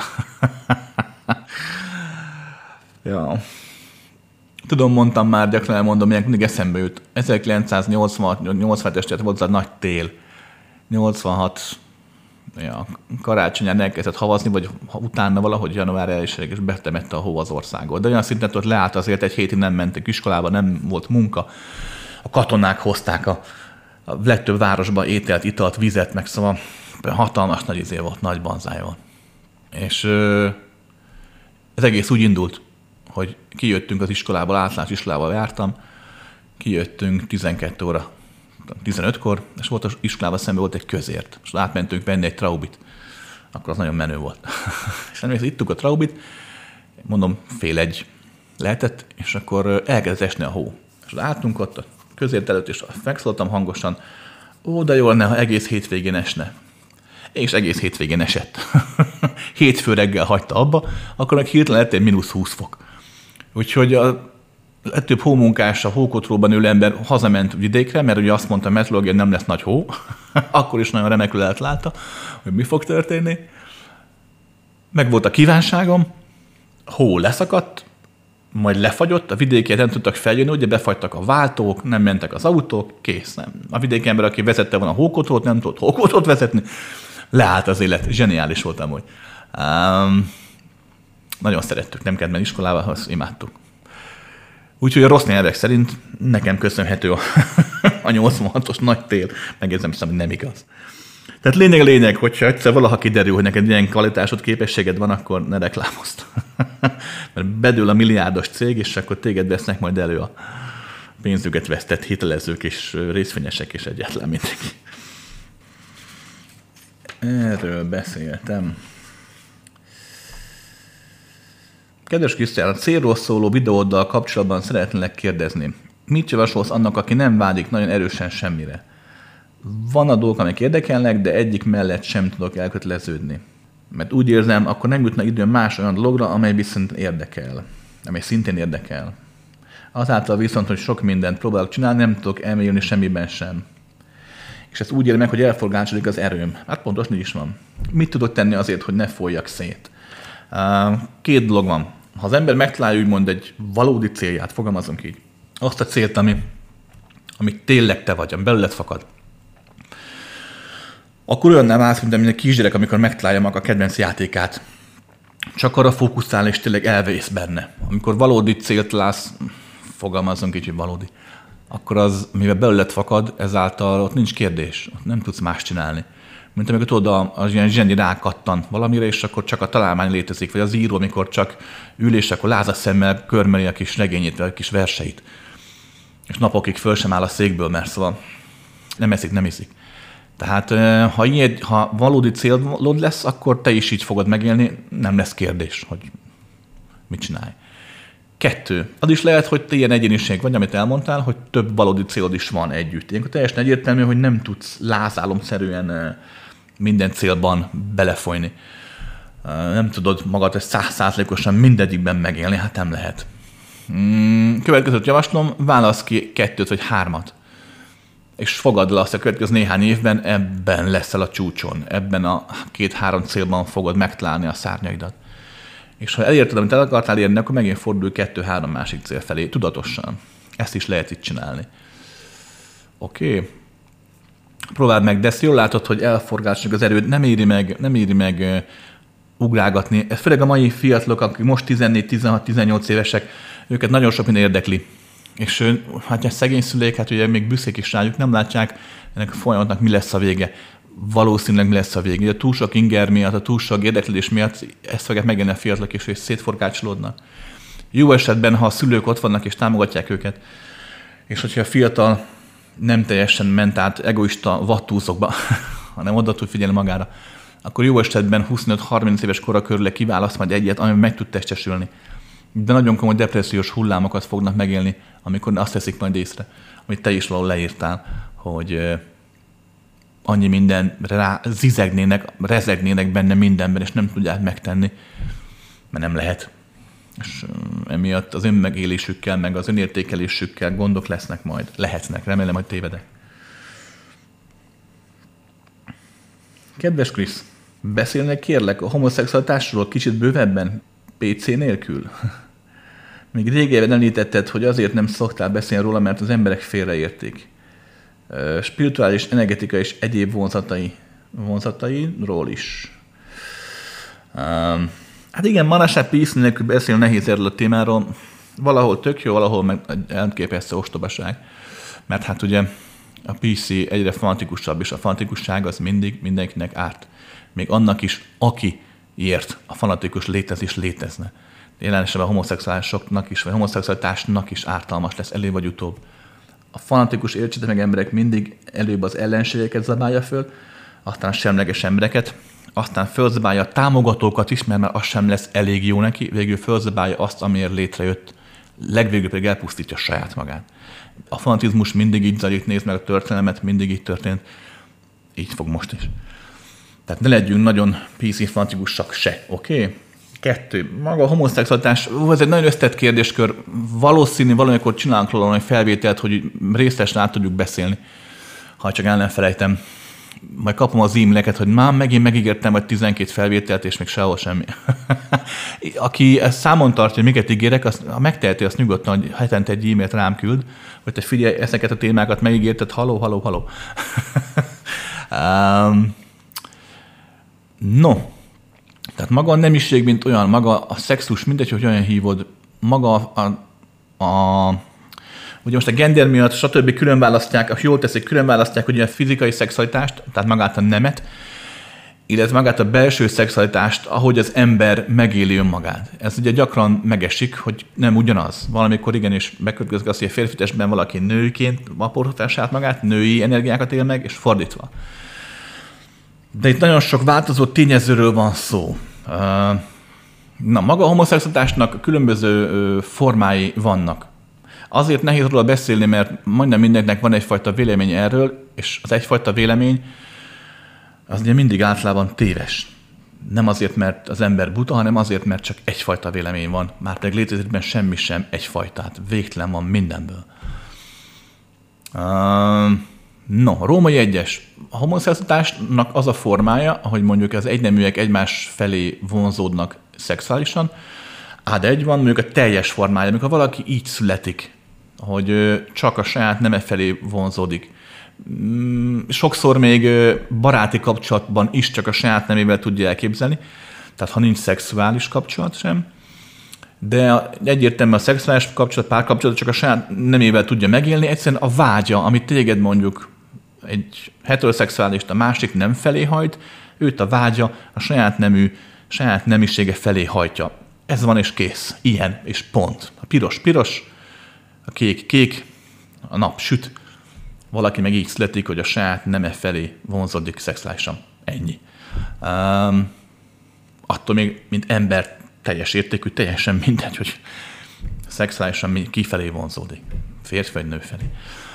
Ja. Tudom, mondtam már, gyakran elmondom, milyen mindig eszembe jut. ezerkilencszáznyolcvanhat-nyolcvanhetes volt az a nagy tél. nyolcvanhat ja, karácsonyán elkezdett havazni, vagy utána valahogy január elsőjéig, és betemette a hó az országot. De olyan szinten ott leállt azért, egy hétig nem mentek iskolába, nem volt munka. A katonák hozták a, a legtöbb városba ételt, italt, vizet, meg szóval hatalmas nagy izé volt, nagy banzáj volt. És ö, ez egész úgy indult, hogy kijöttünk az iskolából, általános iskolába jártam, kijöttünk tizenkét óra, tizenötkor, és volt az iskolában szemben volt egy közért, és átmentünk venni egy traubit. Akkor az nagyon menő volt. És emlékszem, ittuk a traubit, mondom, fél egy lehetett, és akkor elkezdett esni a hó. És álltunk ott a közért előtt, és megszóltam hangosan, ó, de jól, ne, ha egész hétvégén esne. És egész hétvégén esett. hétfő reggel hagyta abba, akkor meg hirtelen lett egy mínusz húsz fok. Úgyhogy a legtöbb hómunkás, a hókotróban ülő ember hazament vidékre, mert ugye azt mondta a meteorológia, nem lesz nagy hó. Akkor is nagyon remekül átlátta, hogy mi fog történni. Meg volt a kívánságom, hó leszakadt, majd lefagyott, a vidékiek nem tudtak feljönni, ugye befagytak a váltók, nem mentek az autók, kész. Nem. A vidéki ember, aki vezette volna a hókotrót, nem tudott hókotrót vezetni, leállt az élet. Zseniális volt amúgy. Um, nagyon szerettük, nem kellett menni iskolába, azt imádtuk. Úgyhogy a rossz nyelvek szerint nekem köszönhető a, a nyolcvanhatos nagy tél. Megjegyzem, hiszem, hogy nem igaz. Tehát lényeg a lényeg, hogyha egyszer valaha kiderül, hogy neked ilyen kvalitásod, képességed van, akkor ne reklámozd. Mert bedől a milliárdos cég, és akkor téged vesznek majd elő a pénzüket vesztett hitelezők és részvényesek, és egyáltalán mindenki. Erről beszéltem. Kedves Krisztián, a célról szóló videóddal kapcsolatban szeretnélek kérdezni. Mit javasolsz annak, aki nem vágyik nagyon erősen semmire? Van a dolgok, amik érdekelnek, de egyik mellett sem tudok elköteleződni. Mert úgy érzem, akkor nem jutna időm más olyan dologra, amely viszont érdekel. Amely szintén érdekel. Azáltal viszont, hogy sok mindent próbálok csinálni, nem tudok elmélyülni semmiben sem. És ezt úgy ér meg, hogy elforgácsodik az erőm. Hát pontosan így is van. Mit tudok tenni azért, hogy ne folyjak szét? Két dolog van. Ha az ember megtalálja úgymond egy valódi célját, fogalmazunk így, azt a célt, ami, ami tényleg te vagy, ami belőled fakad, akkor olyan nem állsz, mint egy kisgyerek, amikor megtalálja maga a kedvenc játékát. Csak arra fókuszál, és tényleg elvész benne. Amikor valódi célt látsz, fogalmazunk így, hogy valódi, akkor az, mivel belőled fakad, ezáltal ott nincs kérdés, ott nem tudsz más csinálni. Mint amikor tudod, az ilyen zseni rákattan valamire, és akkor csak a találmány létezik, vagy az író, amikor csak ül, és akkor lázas szemmel körmeli a kis regényét, vagy a kis verseit. És napokig föl sem áll a székből, mert szóval nem eszik, nem iszik. Tehát ha, ilyen, ha valódi célod lesz, akkor te is így fogod megélni, nem lesz kérdés, hogy mit csinálj. Kettő. Az is lehet, hogy te ilyen egyéniség vagy, amit elmondtál, hogy több valódi célod is van együtt. Ilyenkor teljesen egyértelmű, hogy nem tudsz lázálomszerűen minden célban belefolyni. Nem tudod magad száz százalékosan mindegyikben megélni, hát nem lehet. Következőt javaslom, válasz ki kettőt vagy hármat. És fogadd le azt, a következő néhány évben ebben leszel a csúcson. Ebben a két-három célban fogod megtalálni a szárnyaidat. És ha elérted, amit el akartál érni, akkor megint fordulj kettő-három másik cél felé, tudatosan. Ezt is lehet itt csinálni. Oké? Okay. Próbáld meg, de ezt jól látod, hogy elforgásnak az erőd, nem éri meg, nem éri meg uh, ugrálgatni. Ez főleg a mai fiatalok, akik most tizennégy, tizenhat, tizennyolc évesek, őket nagyon sok minden érdekli. És hát a szegény szüleik, hát ugye még büszkék is rájuk, nem látják ennek a folyamatnak mi lesz a vége. Valószínűleg mi lesz a vége. A túl sok inger miatt, a túl sok érdeklődés miatt ezt fogják megélni a fiatalok, és hogy szétforgácsolódnak. Jó esetben, ha a szülők ott vannak és támogatják őket, és hogyha a fiatal nem teljesen ment át egoista vattúzokba, hanem oda tud figyelni magára, akkor jó esetben huszonöt-harminc éves kora körül kiválaszt majd egyet, amiben meg tud testesülni. De nagyon komoly depressziós hullámokat fognak megélni, amikor azt teszik majd észre, amit te is valahol leírtál, hogy annyi minden rá zizegnének, rezegnének benne mindenben, és nem tudják megtenni, mert nem lehet. És emiatt az önmegélésükkel, meg az önértékelésükkel gondok lesznek majd. Lehetnek, remélem, hogy tévedek. Kedves Krisz, beszélnek kérlek a homoszexualitásról kicsit bővebben, pé cé nélkül? Még régebben említetted, hogy azért nem szoktál beszélni róla, mert az emberek félreértik. Spirituális, energetika és egyéb vonzatai, vonzatairól is. Hát igen, manapság pé cé nélkül beszélni nehéz erről a témáról. Valahol tök jó, valahol meg elképesztő ostobaság. Mert hát ugye a pé cé egyre fanatikusabb, és a fanatikusság az mindig mindenkinek árt. Még annak is, aki ért a fanatikus létezés létezne. Jelenleg a homoszexuálisoknak is, vagy homoszexualitásnak is ártalmas lesz előbb vagy utóbb. A fanatikus értsétek meg emberek mindig előbb az ellenségeket zabálja föl, aztán a semleges embereket, aztán fölzabálja a támogatókat is, mert már az sem lesz elég jó neki, végül fölzabálja azt, amiért létrejött, legvégül pedig elpusztítja saját magát. A fanatizmus mindig így zajlik, nézd meg a történelmet, mindig így történt, így fog most is. Tehát ne legyünk nagyon pé cé fanatikusak se, oké? Okay? Kettő. Maga a homoszexualitás, ez egy nagyon összetett kérdéskör. Valószínű, valamikor csinálunk róla egy felvételt, hogy részletesen át tudjuk beszélni. Ha csak el nem felejtem. Majd kapom az e-maileket, hogy már megint megígértem, hogy tizenkét felvételt, és még sehol semmi. Aki ezt számon tartja, hogy miket ígérek, azt, ha megteheti, azt nyugodtan, hogy hetente egy e-mailt rám küld, hogy te figyelj, ezeket a témákat megígérted, haló, haló, haló. um, no, tehát maga a nemiség, mint olyan, maga a szexus, mindegy, hogy olyan hívod, maga a, a, a ugye most a gender miatt, stb. Különválasztják, jól teszik, különválasztják ugye a fizikai szexualitást, tehát magát a nemet, illetve magát a belső szexualitást, ahogy az ember megéli önmagát. Ez ugye gyakran megesik, hogy nem ugyanaz. Valamikor igenis bekövetkezik az, hogy a férfi testben valaki nőként vaporhatja saját magát, női energiákat él meg, és fordítva. De itt nagyon sok változó tényezőről van szó. Na, maga a homoszexualitásnak különböző formái vannak. Azért nehéz róla beszélni, mert majdnem mindenkinek van egyfajta vélemény erről, és az egyfajta vélemény az ugye mindig általában téves. Nem azért, mert az ember buta, hanem azért, mert csak egyfajta vélemény van. Márpedig létezésben semmi sem egyfajtát. Végtelen van mindenből. Uh, no, római egyes. A homoszexualitásnak az a formája, ahogy mondjuk az egyneműek egymás felé vonzódnak szexuálisan, á, de egy van mondjuk a teljes formája, amikor valaki így születik, hogy csak a saját neme felé vonzódik. Sokszor még baráti kapcsolatban is csak a saját nemével tudja elképzelni, tehát ha nincs szexuális kapcsolat sem, de egyértelműen a szexuális kapcsolat, párkapcsolat csak a saját nemével tudja megélni, egyszerűen a vágya, amit téged mondjuk egy heteroszexuálist a másik nem felé hajt, őt a vágya a saját nemű, saját nemisége felé hajtja. Ez van és kész. Ilyen és pont. A piros piros, a kék kék, a nap süt, valaki meg így születik, hogy a saját neme felé vonzódik szexuálisan. Ennyi. Um, attól még, mint ember teljes értékű, teljesen mindegy, hogy szexuálisan kifelé vonzódik. Férfi vagy nő felé.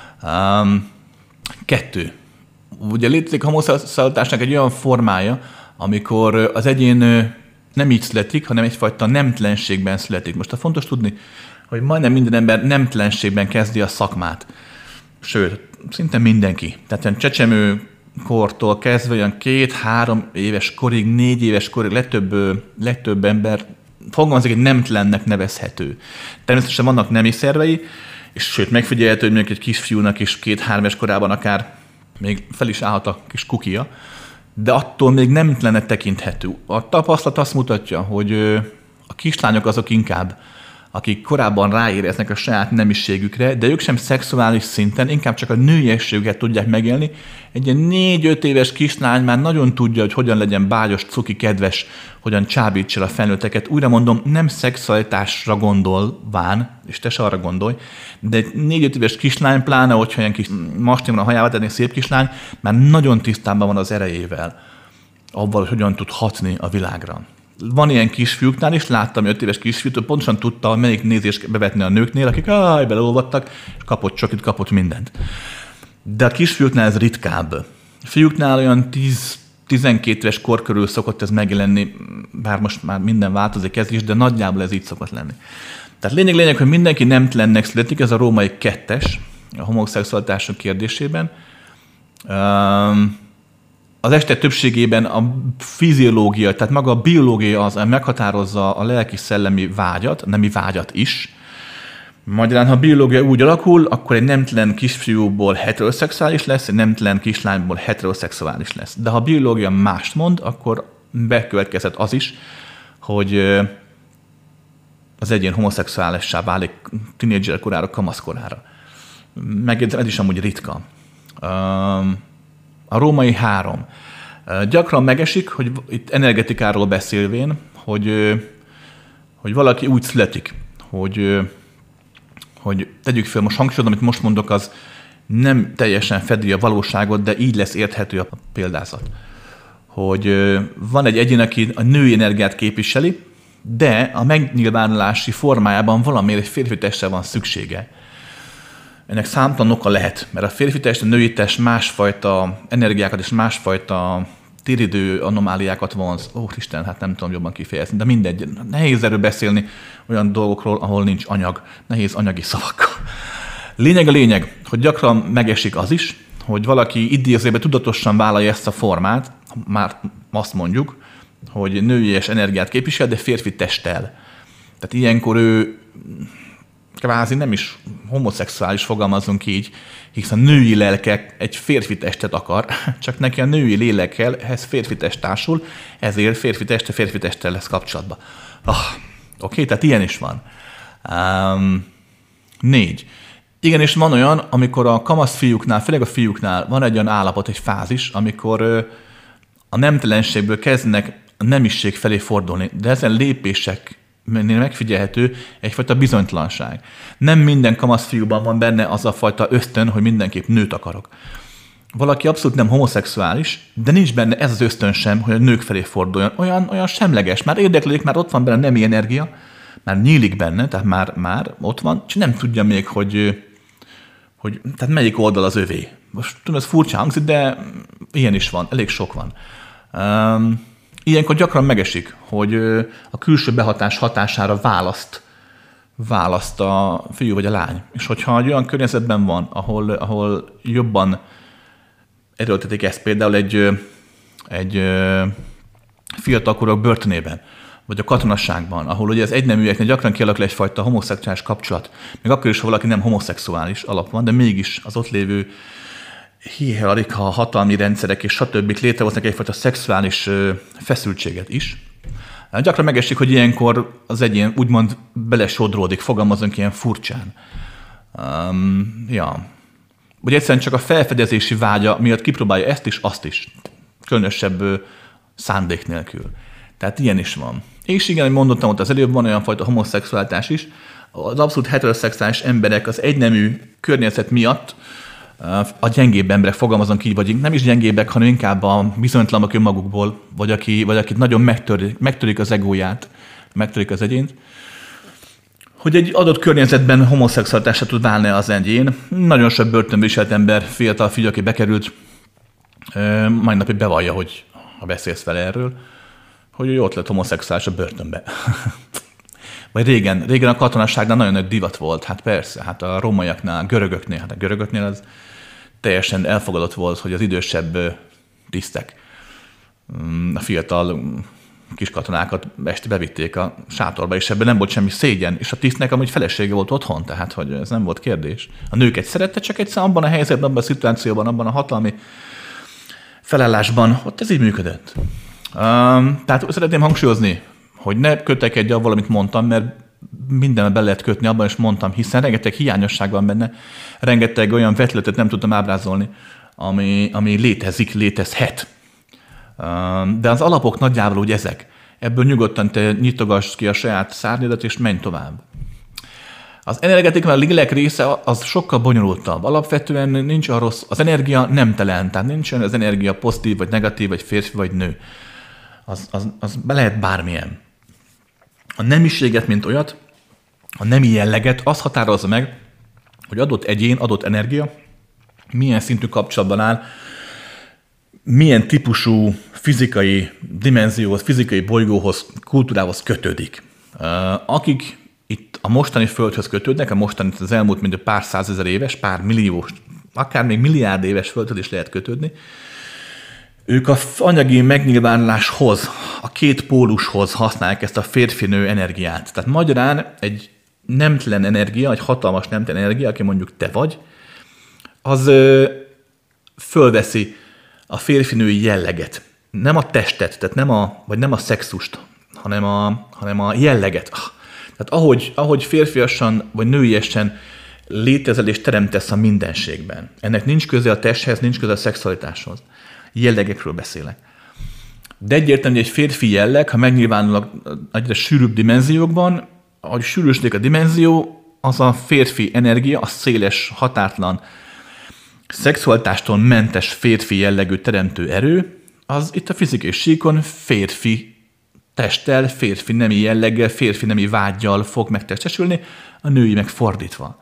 Um, kettő. Ugye létezik a homoszexualitásnak egy olyan formája, amikor az egyén nem így születik, hanem egyfajta nemtelenségben születik. Most a fontos tudni, hogy majdnem minden ember nemtelenségben kezdi a szakmát. Sőt, szinte mindenki. Tehát olyan csecsemő kortól kezdve olyan két-három éves korig, négy éves korig legtöbb, legtöbb ember fogalmazik, egy nemtelennek nevezhető. Természetesen vannak nemi szervei, és sőt, megfigyelhető, hogy mondjuk egy kisfiúnak is két-három éves korában akár még fel is állhat a kis kukia, de attól még nemtelenek tekinthető. A tapasztalat azt mutatja, hogy a kislányok azok inkább, akik korábban ráéreznek a saját nemiségükre, de ők sem szexuális szinten, inkább csak a nőiességüket tudják megélni. Egy ilyen négy-öt éves kislány már nagyon tudja, hogy hogyan legyen bágyos, cuki, kedves, hogyan csábítsa a felnőtteket. Újra mondom, nem szexualitásra gondolván, és te se arra gondolj, de egy négy-öt éves kislány, pláne, hogyha ilyen kis mastin van a hajával, tenni szép kislány, már nagyon tisztában van az erejével, avval, hogy hogyan tud hatni a világra. Van ilyen kisfiúknál is, láttam öt éves kisfiút, pontosan tudta, melyik nézést bevetni a nőknél, akik áj, beleolvadtak, és kapott csokit, kapott mindent. De a kisfiúknál ez ritkább. A fiúknál olyan tíz-tizenkét éves kor körül szokott ez megjelenni, bár most már minden változik ez is, de nagyjából ez így szokott lenni. Tehát lényeg lényeg, hogy mindenki nemtelennek születik, ez a római kettes, a homoszexualitások kérdésében. Um, Az este többségében a fiziológia, tehát maga a biológia az meghatározza a lelki-szellemi vágyat, nemi vágyat is. Magyarán, ha a biológia úgy alakul, akkor egy nemtelen kisfiúból heteroszexuális lesz, egy nemtelen kislányból heteroszexuális lesz. De ha a biológia mást mond, akkor bekövetkezhet az is, hogy az egyén homoszexuálissá válik tínédzser korára, kamaszkorára. Megjegyzem, ez is amúgy ritka. A római három. Gyakran megesik, hogy itt energetikáról beszélvén, hogy, hogy valaki úgy születik, hogy, hogy tegyük fel, most hangsúlyozom, amit most mondok, az nem teljesen fedi a valóságot, de így lesz érthető a példázat. Hogy van egy egyén, aki a női energiát képviseli, de a megnyilvánulási formájában valamiért egy férfi testre van szüksége. Ennek számtalan oka lehet, mert a férfi test, a női test másfajta energiákat és másfajta téridő anomáliákat vonz. Ó, Isten, hát nem tudom jobban kifejezni, de mindegy. Nehéz erről beszélni olyan dolgokról, ahol nincs anyag. Nehéz anyagi szavakkal. Lényeg a lényeg, hogy gyakran megesik az is, hogy valaki idézőben tudatosan vállalja ezt a formát, már azt mondjuk, hogy nőies energiát képvisel, de férfi testtel. Tehát ilyenkor ő kvázi nem is homoszexuális, fogalmazunk így, hiszen a női lelke egy férfi testet akar, csak neki a női lélekhez férfi test társul, ezért férfi teste férfi testtel lesz kapcsolatban. Oh, Oké, okay, tehát ilyen is van. Um, négy. Igenis van olyan, amikor a kamasz fiúknál, főleg a fiúknál van egy olyan állapot, egy fázis, amikor a nemtelenségből kezdenek a nemisség felé fordulni, de ezen lépések megfigyelhető egyfajta bizonytalanság. Nem minden kamasz fiúban van benne az a fajta ösztön, hogy mindenképp nőt akarok. Valaki abszolút nem homoszexuális, de nincs benne ez az ösztön sem, hogy a nők felé forduljon. Olyan, olyan semleges, már érdeklődik, már ott van benne nemi energia, már nyílik benne, tehát már, már ott van, és nem tudja még, hogy, hogy tehát melyik oldal az övé. Most tudom, ez furcsa hangzik, de ilyen is van, elég sok van. Um, Ilyenkor gyakran megesik, hogy a külső behatás hatására választ, választ a fiú vagy a lány. És hogyha egy olyan környezetben van, ahol, ahol jobban erőltetik ezt, például egy, egy fiatalkorok börtönében, vagy a katonasságban, ahol ugye az egyneműeknél gyakran kialakul egyfajta homoszexuális kapcsolat, még akkor is, ha valaki nem homoszexuális alap van, de mégis az ott lévő hierarchia, hatalmi rendszerek és stb. Létrehoznak egyfajta szexuális feszültséget is. Gyakran megesik, hogy ilyenkor az egyén úgymond belesodródik, fogalmazunk ilyen furcsán. Um, ja. Vagy egyszerűen csak a felfedezési vágya miatt kipróbálja ezt is, azt is. Különösebb szándék nélkül. Tehát ilyen is van. És igen, hogy mondottam ott az előbb, van olyan fajta homoszexualitás is. Az abszolút heteroszexuális emberek az egynemű környezet miatt a gyengébb emberek, fogalmazom így, vagy nem is gyengébbek, hanem inkább a bizonytalanok önmagukból, vagy, aki, vagy akit nagyon megtörik, megtörik az egóját, megtörik az egyént, hogy egy adott környezetben homoszexualitásra tud válni az egyén. Nagyon sok börtönbe viselt ember, fiatal fiú, aki bekerült, majd napig bevallja, hogy ha beszélsz vele erről, hogy ő ott lett homoszexuális a börtönbe. Vagy régen, régen a katonasságnál nagyon nagy divat volt, hát persze, hát a rómaiaknál, a görögöknél, hát a görögöknél az teljesen elfogadott volt, hogy az idősebb tisztek, a fiatal kis katonákat este bevitték a sátorba, és ebben nem volt semmi szégyen, és a tisztnek amúgy felesége volt otthon, tehát hogy ez nem volt kérdés. A nőket szerette, csak egyszer abban a helyzetben, abban a szituációban, abban a hatalmi felállásban, ott ez így működött. Um, tehát szeretném hangsúlyozni, hogy ne kötekedj avval, amit mondtam, mert mindenbe be lehet kötni, abban is mondtam, hiszen rengeteg hiányosság van benne, rengeteg olyan vetületet nem tudtam ábrázolni, ami, ami létezik, létezhet. De az alapok nagyjából úgy ezek. Ebből nyugodtan te nyitogass ki a saját szárnyadat, és menj tovább. Az energetika, a lélek része az sokkal bonyolultabb. Alapvetően nincs a rossz, az energia nemtelen, tehát nincsen az energia pozitív, vagy negatív, vagy férfi, vagy nő. Az, az, az be lehet bármilyen. A nemiséget, mint olyat, a nemi jelleget, az határozza meg, hogy adott egyén, adott energia milyen szintű kapcsolatban áll, milyen típusú fizikai dimenzióhoz, fizikai bolygóhoz, kultúrához kötődik. Akik itt a mostani Földhöz kötődnek, a mostani az elmúlt mint pár százezer éves, pár milliós, akár még milliárd éves Földhöz is lehet kötődni, ők a anyagi megnyilvánuláshoz, a két pólushoz használják ezt a férfi-nő energiát. Tehát magyarán egy nemtelen energia, egy hatalmas nemtelen energia, aki mondjuk te vagy, az ö, fölveszi a férfi-női jelleget. Nem a testet, tehát nem a, vagy nem a szexust, hanem a, hanem a jelleget. Tehát ahogy, ahogy férfiasan vagy nőiesen létezel és teremtesz a mindenségben. Ennek nincs köze a testhez, nincs köze a szexualitáshoz. Jellegekről beszélek. De egyértelmű, hogy egy férfi jelleg, ha megnyilvánul egyre sűrűbb dimenziókban, ahogy sűrűsödik a dimenzió, az a férfi energia, a széles, határtlan, szexualitástól mentes férfi jellegű teremtő erő, az itt a fizikai síkon férfi testtel, férfi nemi jelleggel, férfi nemi vággyal fog megtestesülni, a női meg fordítva.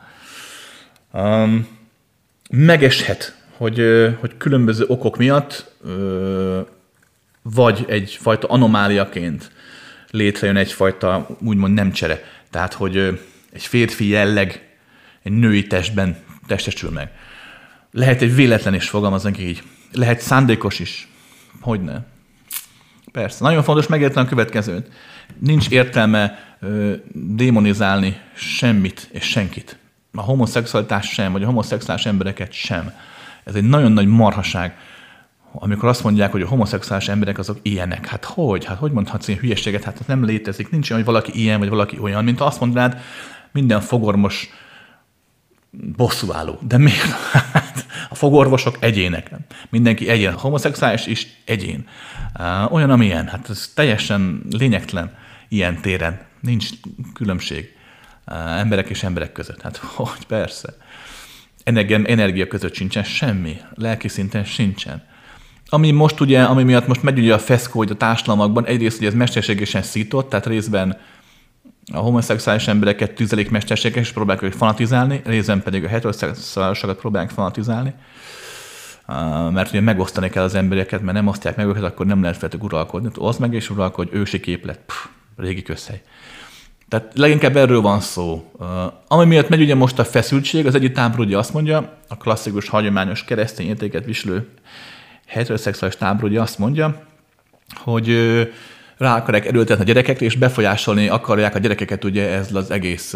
Um, megeshet, hogy, hogy különböző okok miatt ö, vagy egyfajta anomáliaként létrejön egyfajta úgymond nem csere. Tehát, hogy egy férfi jelleg egy női testben testesül meg. Lehet egy véletlen is, fogalmazunk így. Lehet szándékos is. Hogyne? Persze. Nagyon fontos megérteni a következőt. Nincs értelme ö, démonizálni semmit és senkit. A homoszexualitás sem, vagy a homoszexuális embereket sem. Ez egy nagyon nagy marhaság, amikor azt mondják, hogy a homoszexuális emberek azok ilyenek. Hát hogy? Hát hogy mondhatsz ilyen hülyeséget? Hát nem létezik. Nincs olyan, hogy valaki ilyen, vagy valaki olyan. Mint azt mondnád, minden fogorvos bosszúálló. De miért? A fogorvosok egyének. Mindenki egyén. A homoszexuális is egyén. Olyan, amilyen. Hát ez teljesen lényegtelen ilyen téren. Nincs különbség emberek és emberek között. Hát hogy persze. Energia, energia között sincsen semmi. Lelki szinten sincsen. Ami most ugye, ami miatt most megy ugye a feszkó a társadalmakban, egyrészt ugye ez mesterségesen szított, tehát részben a homoszexuális embereket tüzelik mesterségesen, és próbálják őket fanatizálni, részben pedig a heteroszexuálisokat próbálják fanatizálni, mert ugye megosztani kell az embereket, mert nem osztják meg őket, akkor nem lehet feltük uralkodni. Oszd meg és uralkodj, ősi képlet, pff, régi közhely. Tehát leginkább erről van szó. Ami miatt megy ugye most a feszültség, az egyik tábor ugye azt mondja, a klasszikus, hagyományos keresztény értéket viselő heteroszexuális tábor ugye azt mondja, hogy rá akarják erőltetni a gyerekekre, és befolyásolni akarják a gyerekeket ugye ez az egész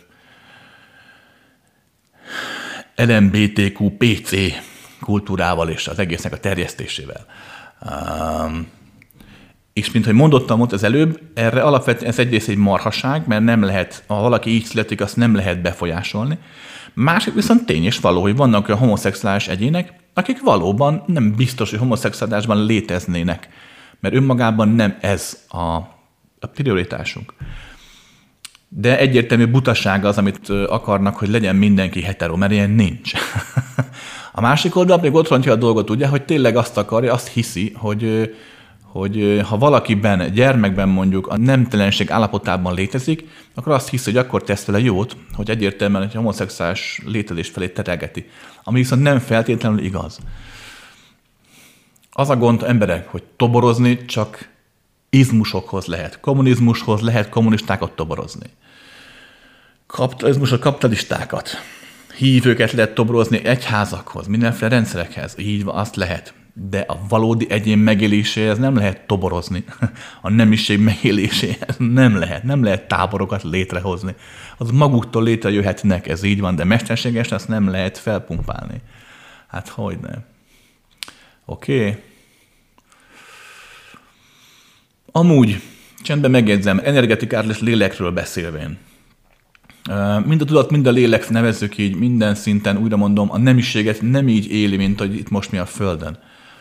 el em bé té kú pé cé kultúrával és az egésznek a terjesztésével. Um, és mint hogy mondottam ott az előbb, erre alapvetően ez egyrészt egy marhaság, mert nem lehet, ha valaki így születik, azt nem lehet befolyásolni. Másik viszont tény és való, hogy vannak olyan homoszexuális egyének, akik valóban nem biztos, hogy homoszexualitásban léteznének, mert önmagában nem ez a, a prioritásunk. De egyértelmű butaság az, amit akarnak, hogy legyen mindenki hetero, mert ilyen nincs. A másik oldal még ott rontja a dolgot, ugye, hogy tényleg azt akarja, azt hiszi, hogy, hogy ha valakiben, gyermekben mondjuk a nemtelenség állapotában létezik, akkor azt hiszi, hogy akkor tesz vele jót, hogy egyértelműen egy homoszexuális létezés felé terelgeti. Ami viszont nem feltétlenül igaz. Az a gond, emberek, hogy toborozni csak izmusokhoz lehet. Kommunizmushoz lehet kommunistákat toborozni. Kapitalizmushoz kapitalistákat. Hívőket lehet toborozni egyházakhoz, mindenféle rendszerekhez. Így van, azt lehet. De a valódi egyén megéléséhez nem lehet toborozni. A nemiség megéléséhez nem lehet. Nem lehet táborokat létrehozni. Az maguktól létrejöhetnek, ez így van, de mesterséges ezt nem lehet felpumpálni. Hát hogyne. Oké. Okay. Amúgy, csendben megjegyzem, energetikáról és lélekről beszélvén. Mind a tudat, mind a lélek, nevezzük így, minden szinten, újra mondom, a nemiséget nem így éli, mint hogy itt most mi a Földön.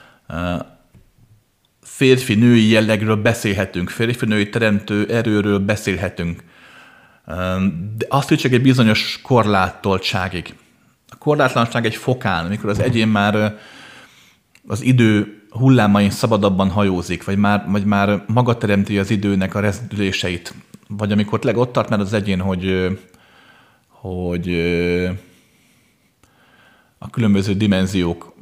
Férfi-női jellegről beszélhetünk, férfi-női teremtő erőről beszélhetünk, de azt, hogy csak egy bizonyos korlátoltságig. A korlátlanság egy fokán, amikor az egyén már az idő hullámain szabadabban hajózik, vagy már, vagy már maga teremti az időnek a rezdüléseit, vagy amikor tényleg ott tart már az egyén, hogy, hogy a különböző dimenziók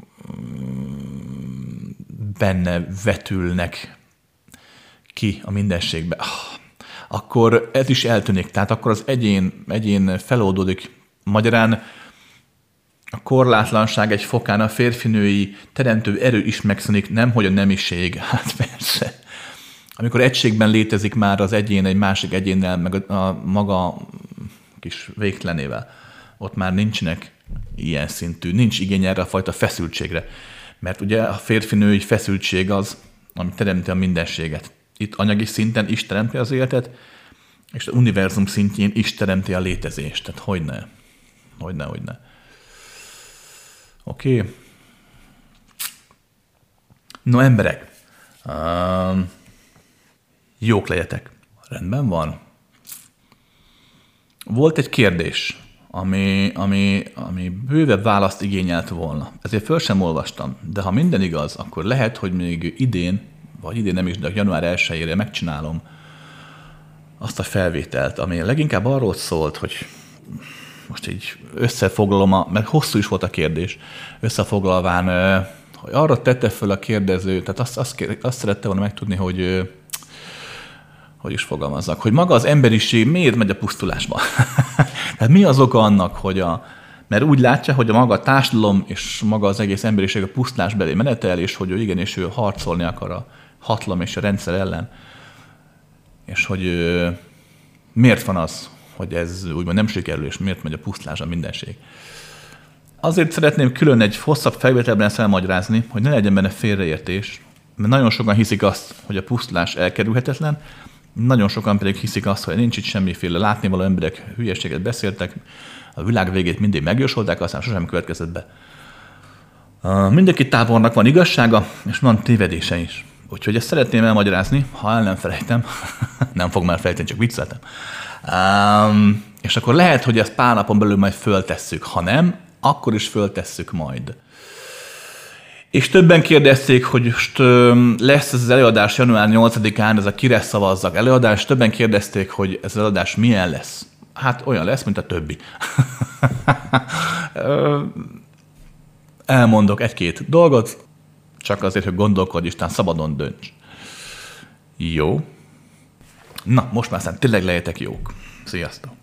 benne vetülnek ki a mindenségbe, akkor ez is eltűnik. Tehát akkor az egyén, egyén feloldódik. Magyarán a korlátlanság egy fokán a férfinői teremtő erő is megszűnik, nemhogy a nemiség. Hát persze. Amikor egységben létezik már az egyén egy másik egyénnel, meg a, a maga kis végtelenével, ott már nincsenek ilyen szintű, nincs igény erre a fajta feszültségre. Mert ugye a férfinői feszültség az, ami teremti a mindenséget. Itt anyagi szinten is teremti az életet, és az univerzum szintjén is teremti a létezést. Tehát hogyne, hogyne, hogyne. Oké. Okay. No, emberek, uh, jók legyetek. Rendben van. Volt egy kérdés, ami, ami, ami bővebb választ igényelt volna. Ezért föl sem olvastam. De ha minden igaz, akkor lehet, hogy még idén, vagy idén nem is, de január elsejére megcsinálom azt a felvételt, ami leginkább arról szólt, hogy most így összefoglalom, a, mert hosszú is volt a kérdés, összefoglalván, hogy arra tette föl a kérdező, tehát azt, azt, kér, azt szerette volna megtudni, hogy hogy is fogalmazzak, hogy maga az emberiség miért megy a pusztulásba. Tehát mi az oka annak, hogy a, mert úgy látja, hogy a maga a társadalom és maga az egész emberiség a pusztulás belé menetel, és hogy ő igenis ő harcolni akar a hatalom és a rendszer ellen. És hogy ő, miért van az, hogy ez úgymond nem sikerül, és miért megy a pusztulásra mindenség. Azért szeretném külön egy hosszabb felvételben ezt elmagyarázni, hogy ne legyen benne félreértés, mert nagyon sokan hiszik azt, hogy a pusztulás elkerülhetetlen, nagyon sokan pedig hiszik azt, hogy nincs itt semmiféle látnivaló, emberek hülyeséget beszéltek, a világ végét mindig megjósolták, aztán sosem következett be. Mindenki tábornak van igazsága, és van tévedése is. Úgyhogy ezt szeretném elmagyarázni, ha el nem felejtem, nem fog már felejteni, csak vicceltem. Um, és akkor lehet, hogy ezt pár napon belül majd föltesszük, ha nem, akkor is föltesszük majd. És többen kérdezték, hogy most lesz ez az előadás január nyolcadikán, ez a kire szavazzak előadás, többen kérdezték, hogy ez az előadás milyen lesz. Hát olyan lesz, mint a többi. Elmondok egy-két dolgot, csak azért, hogy gondolkodj, és talán szabadon dönts. Jó. Na, most már aztán tényleg lehetek jók. Sziasztok!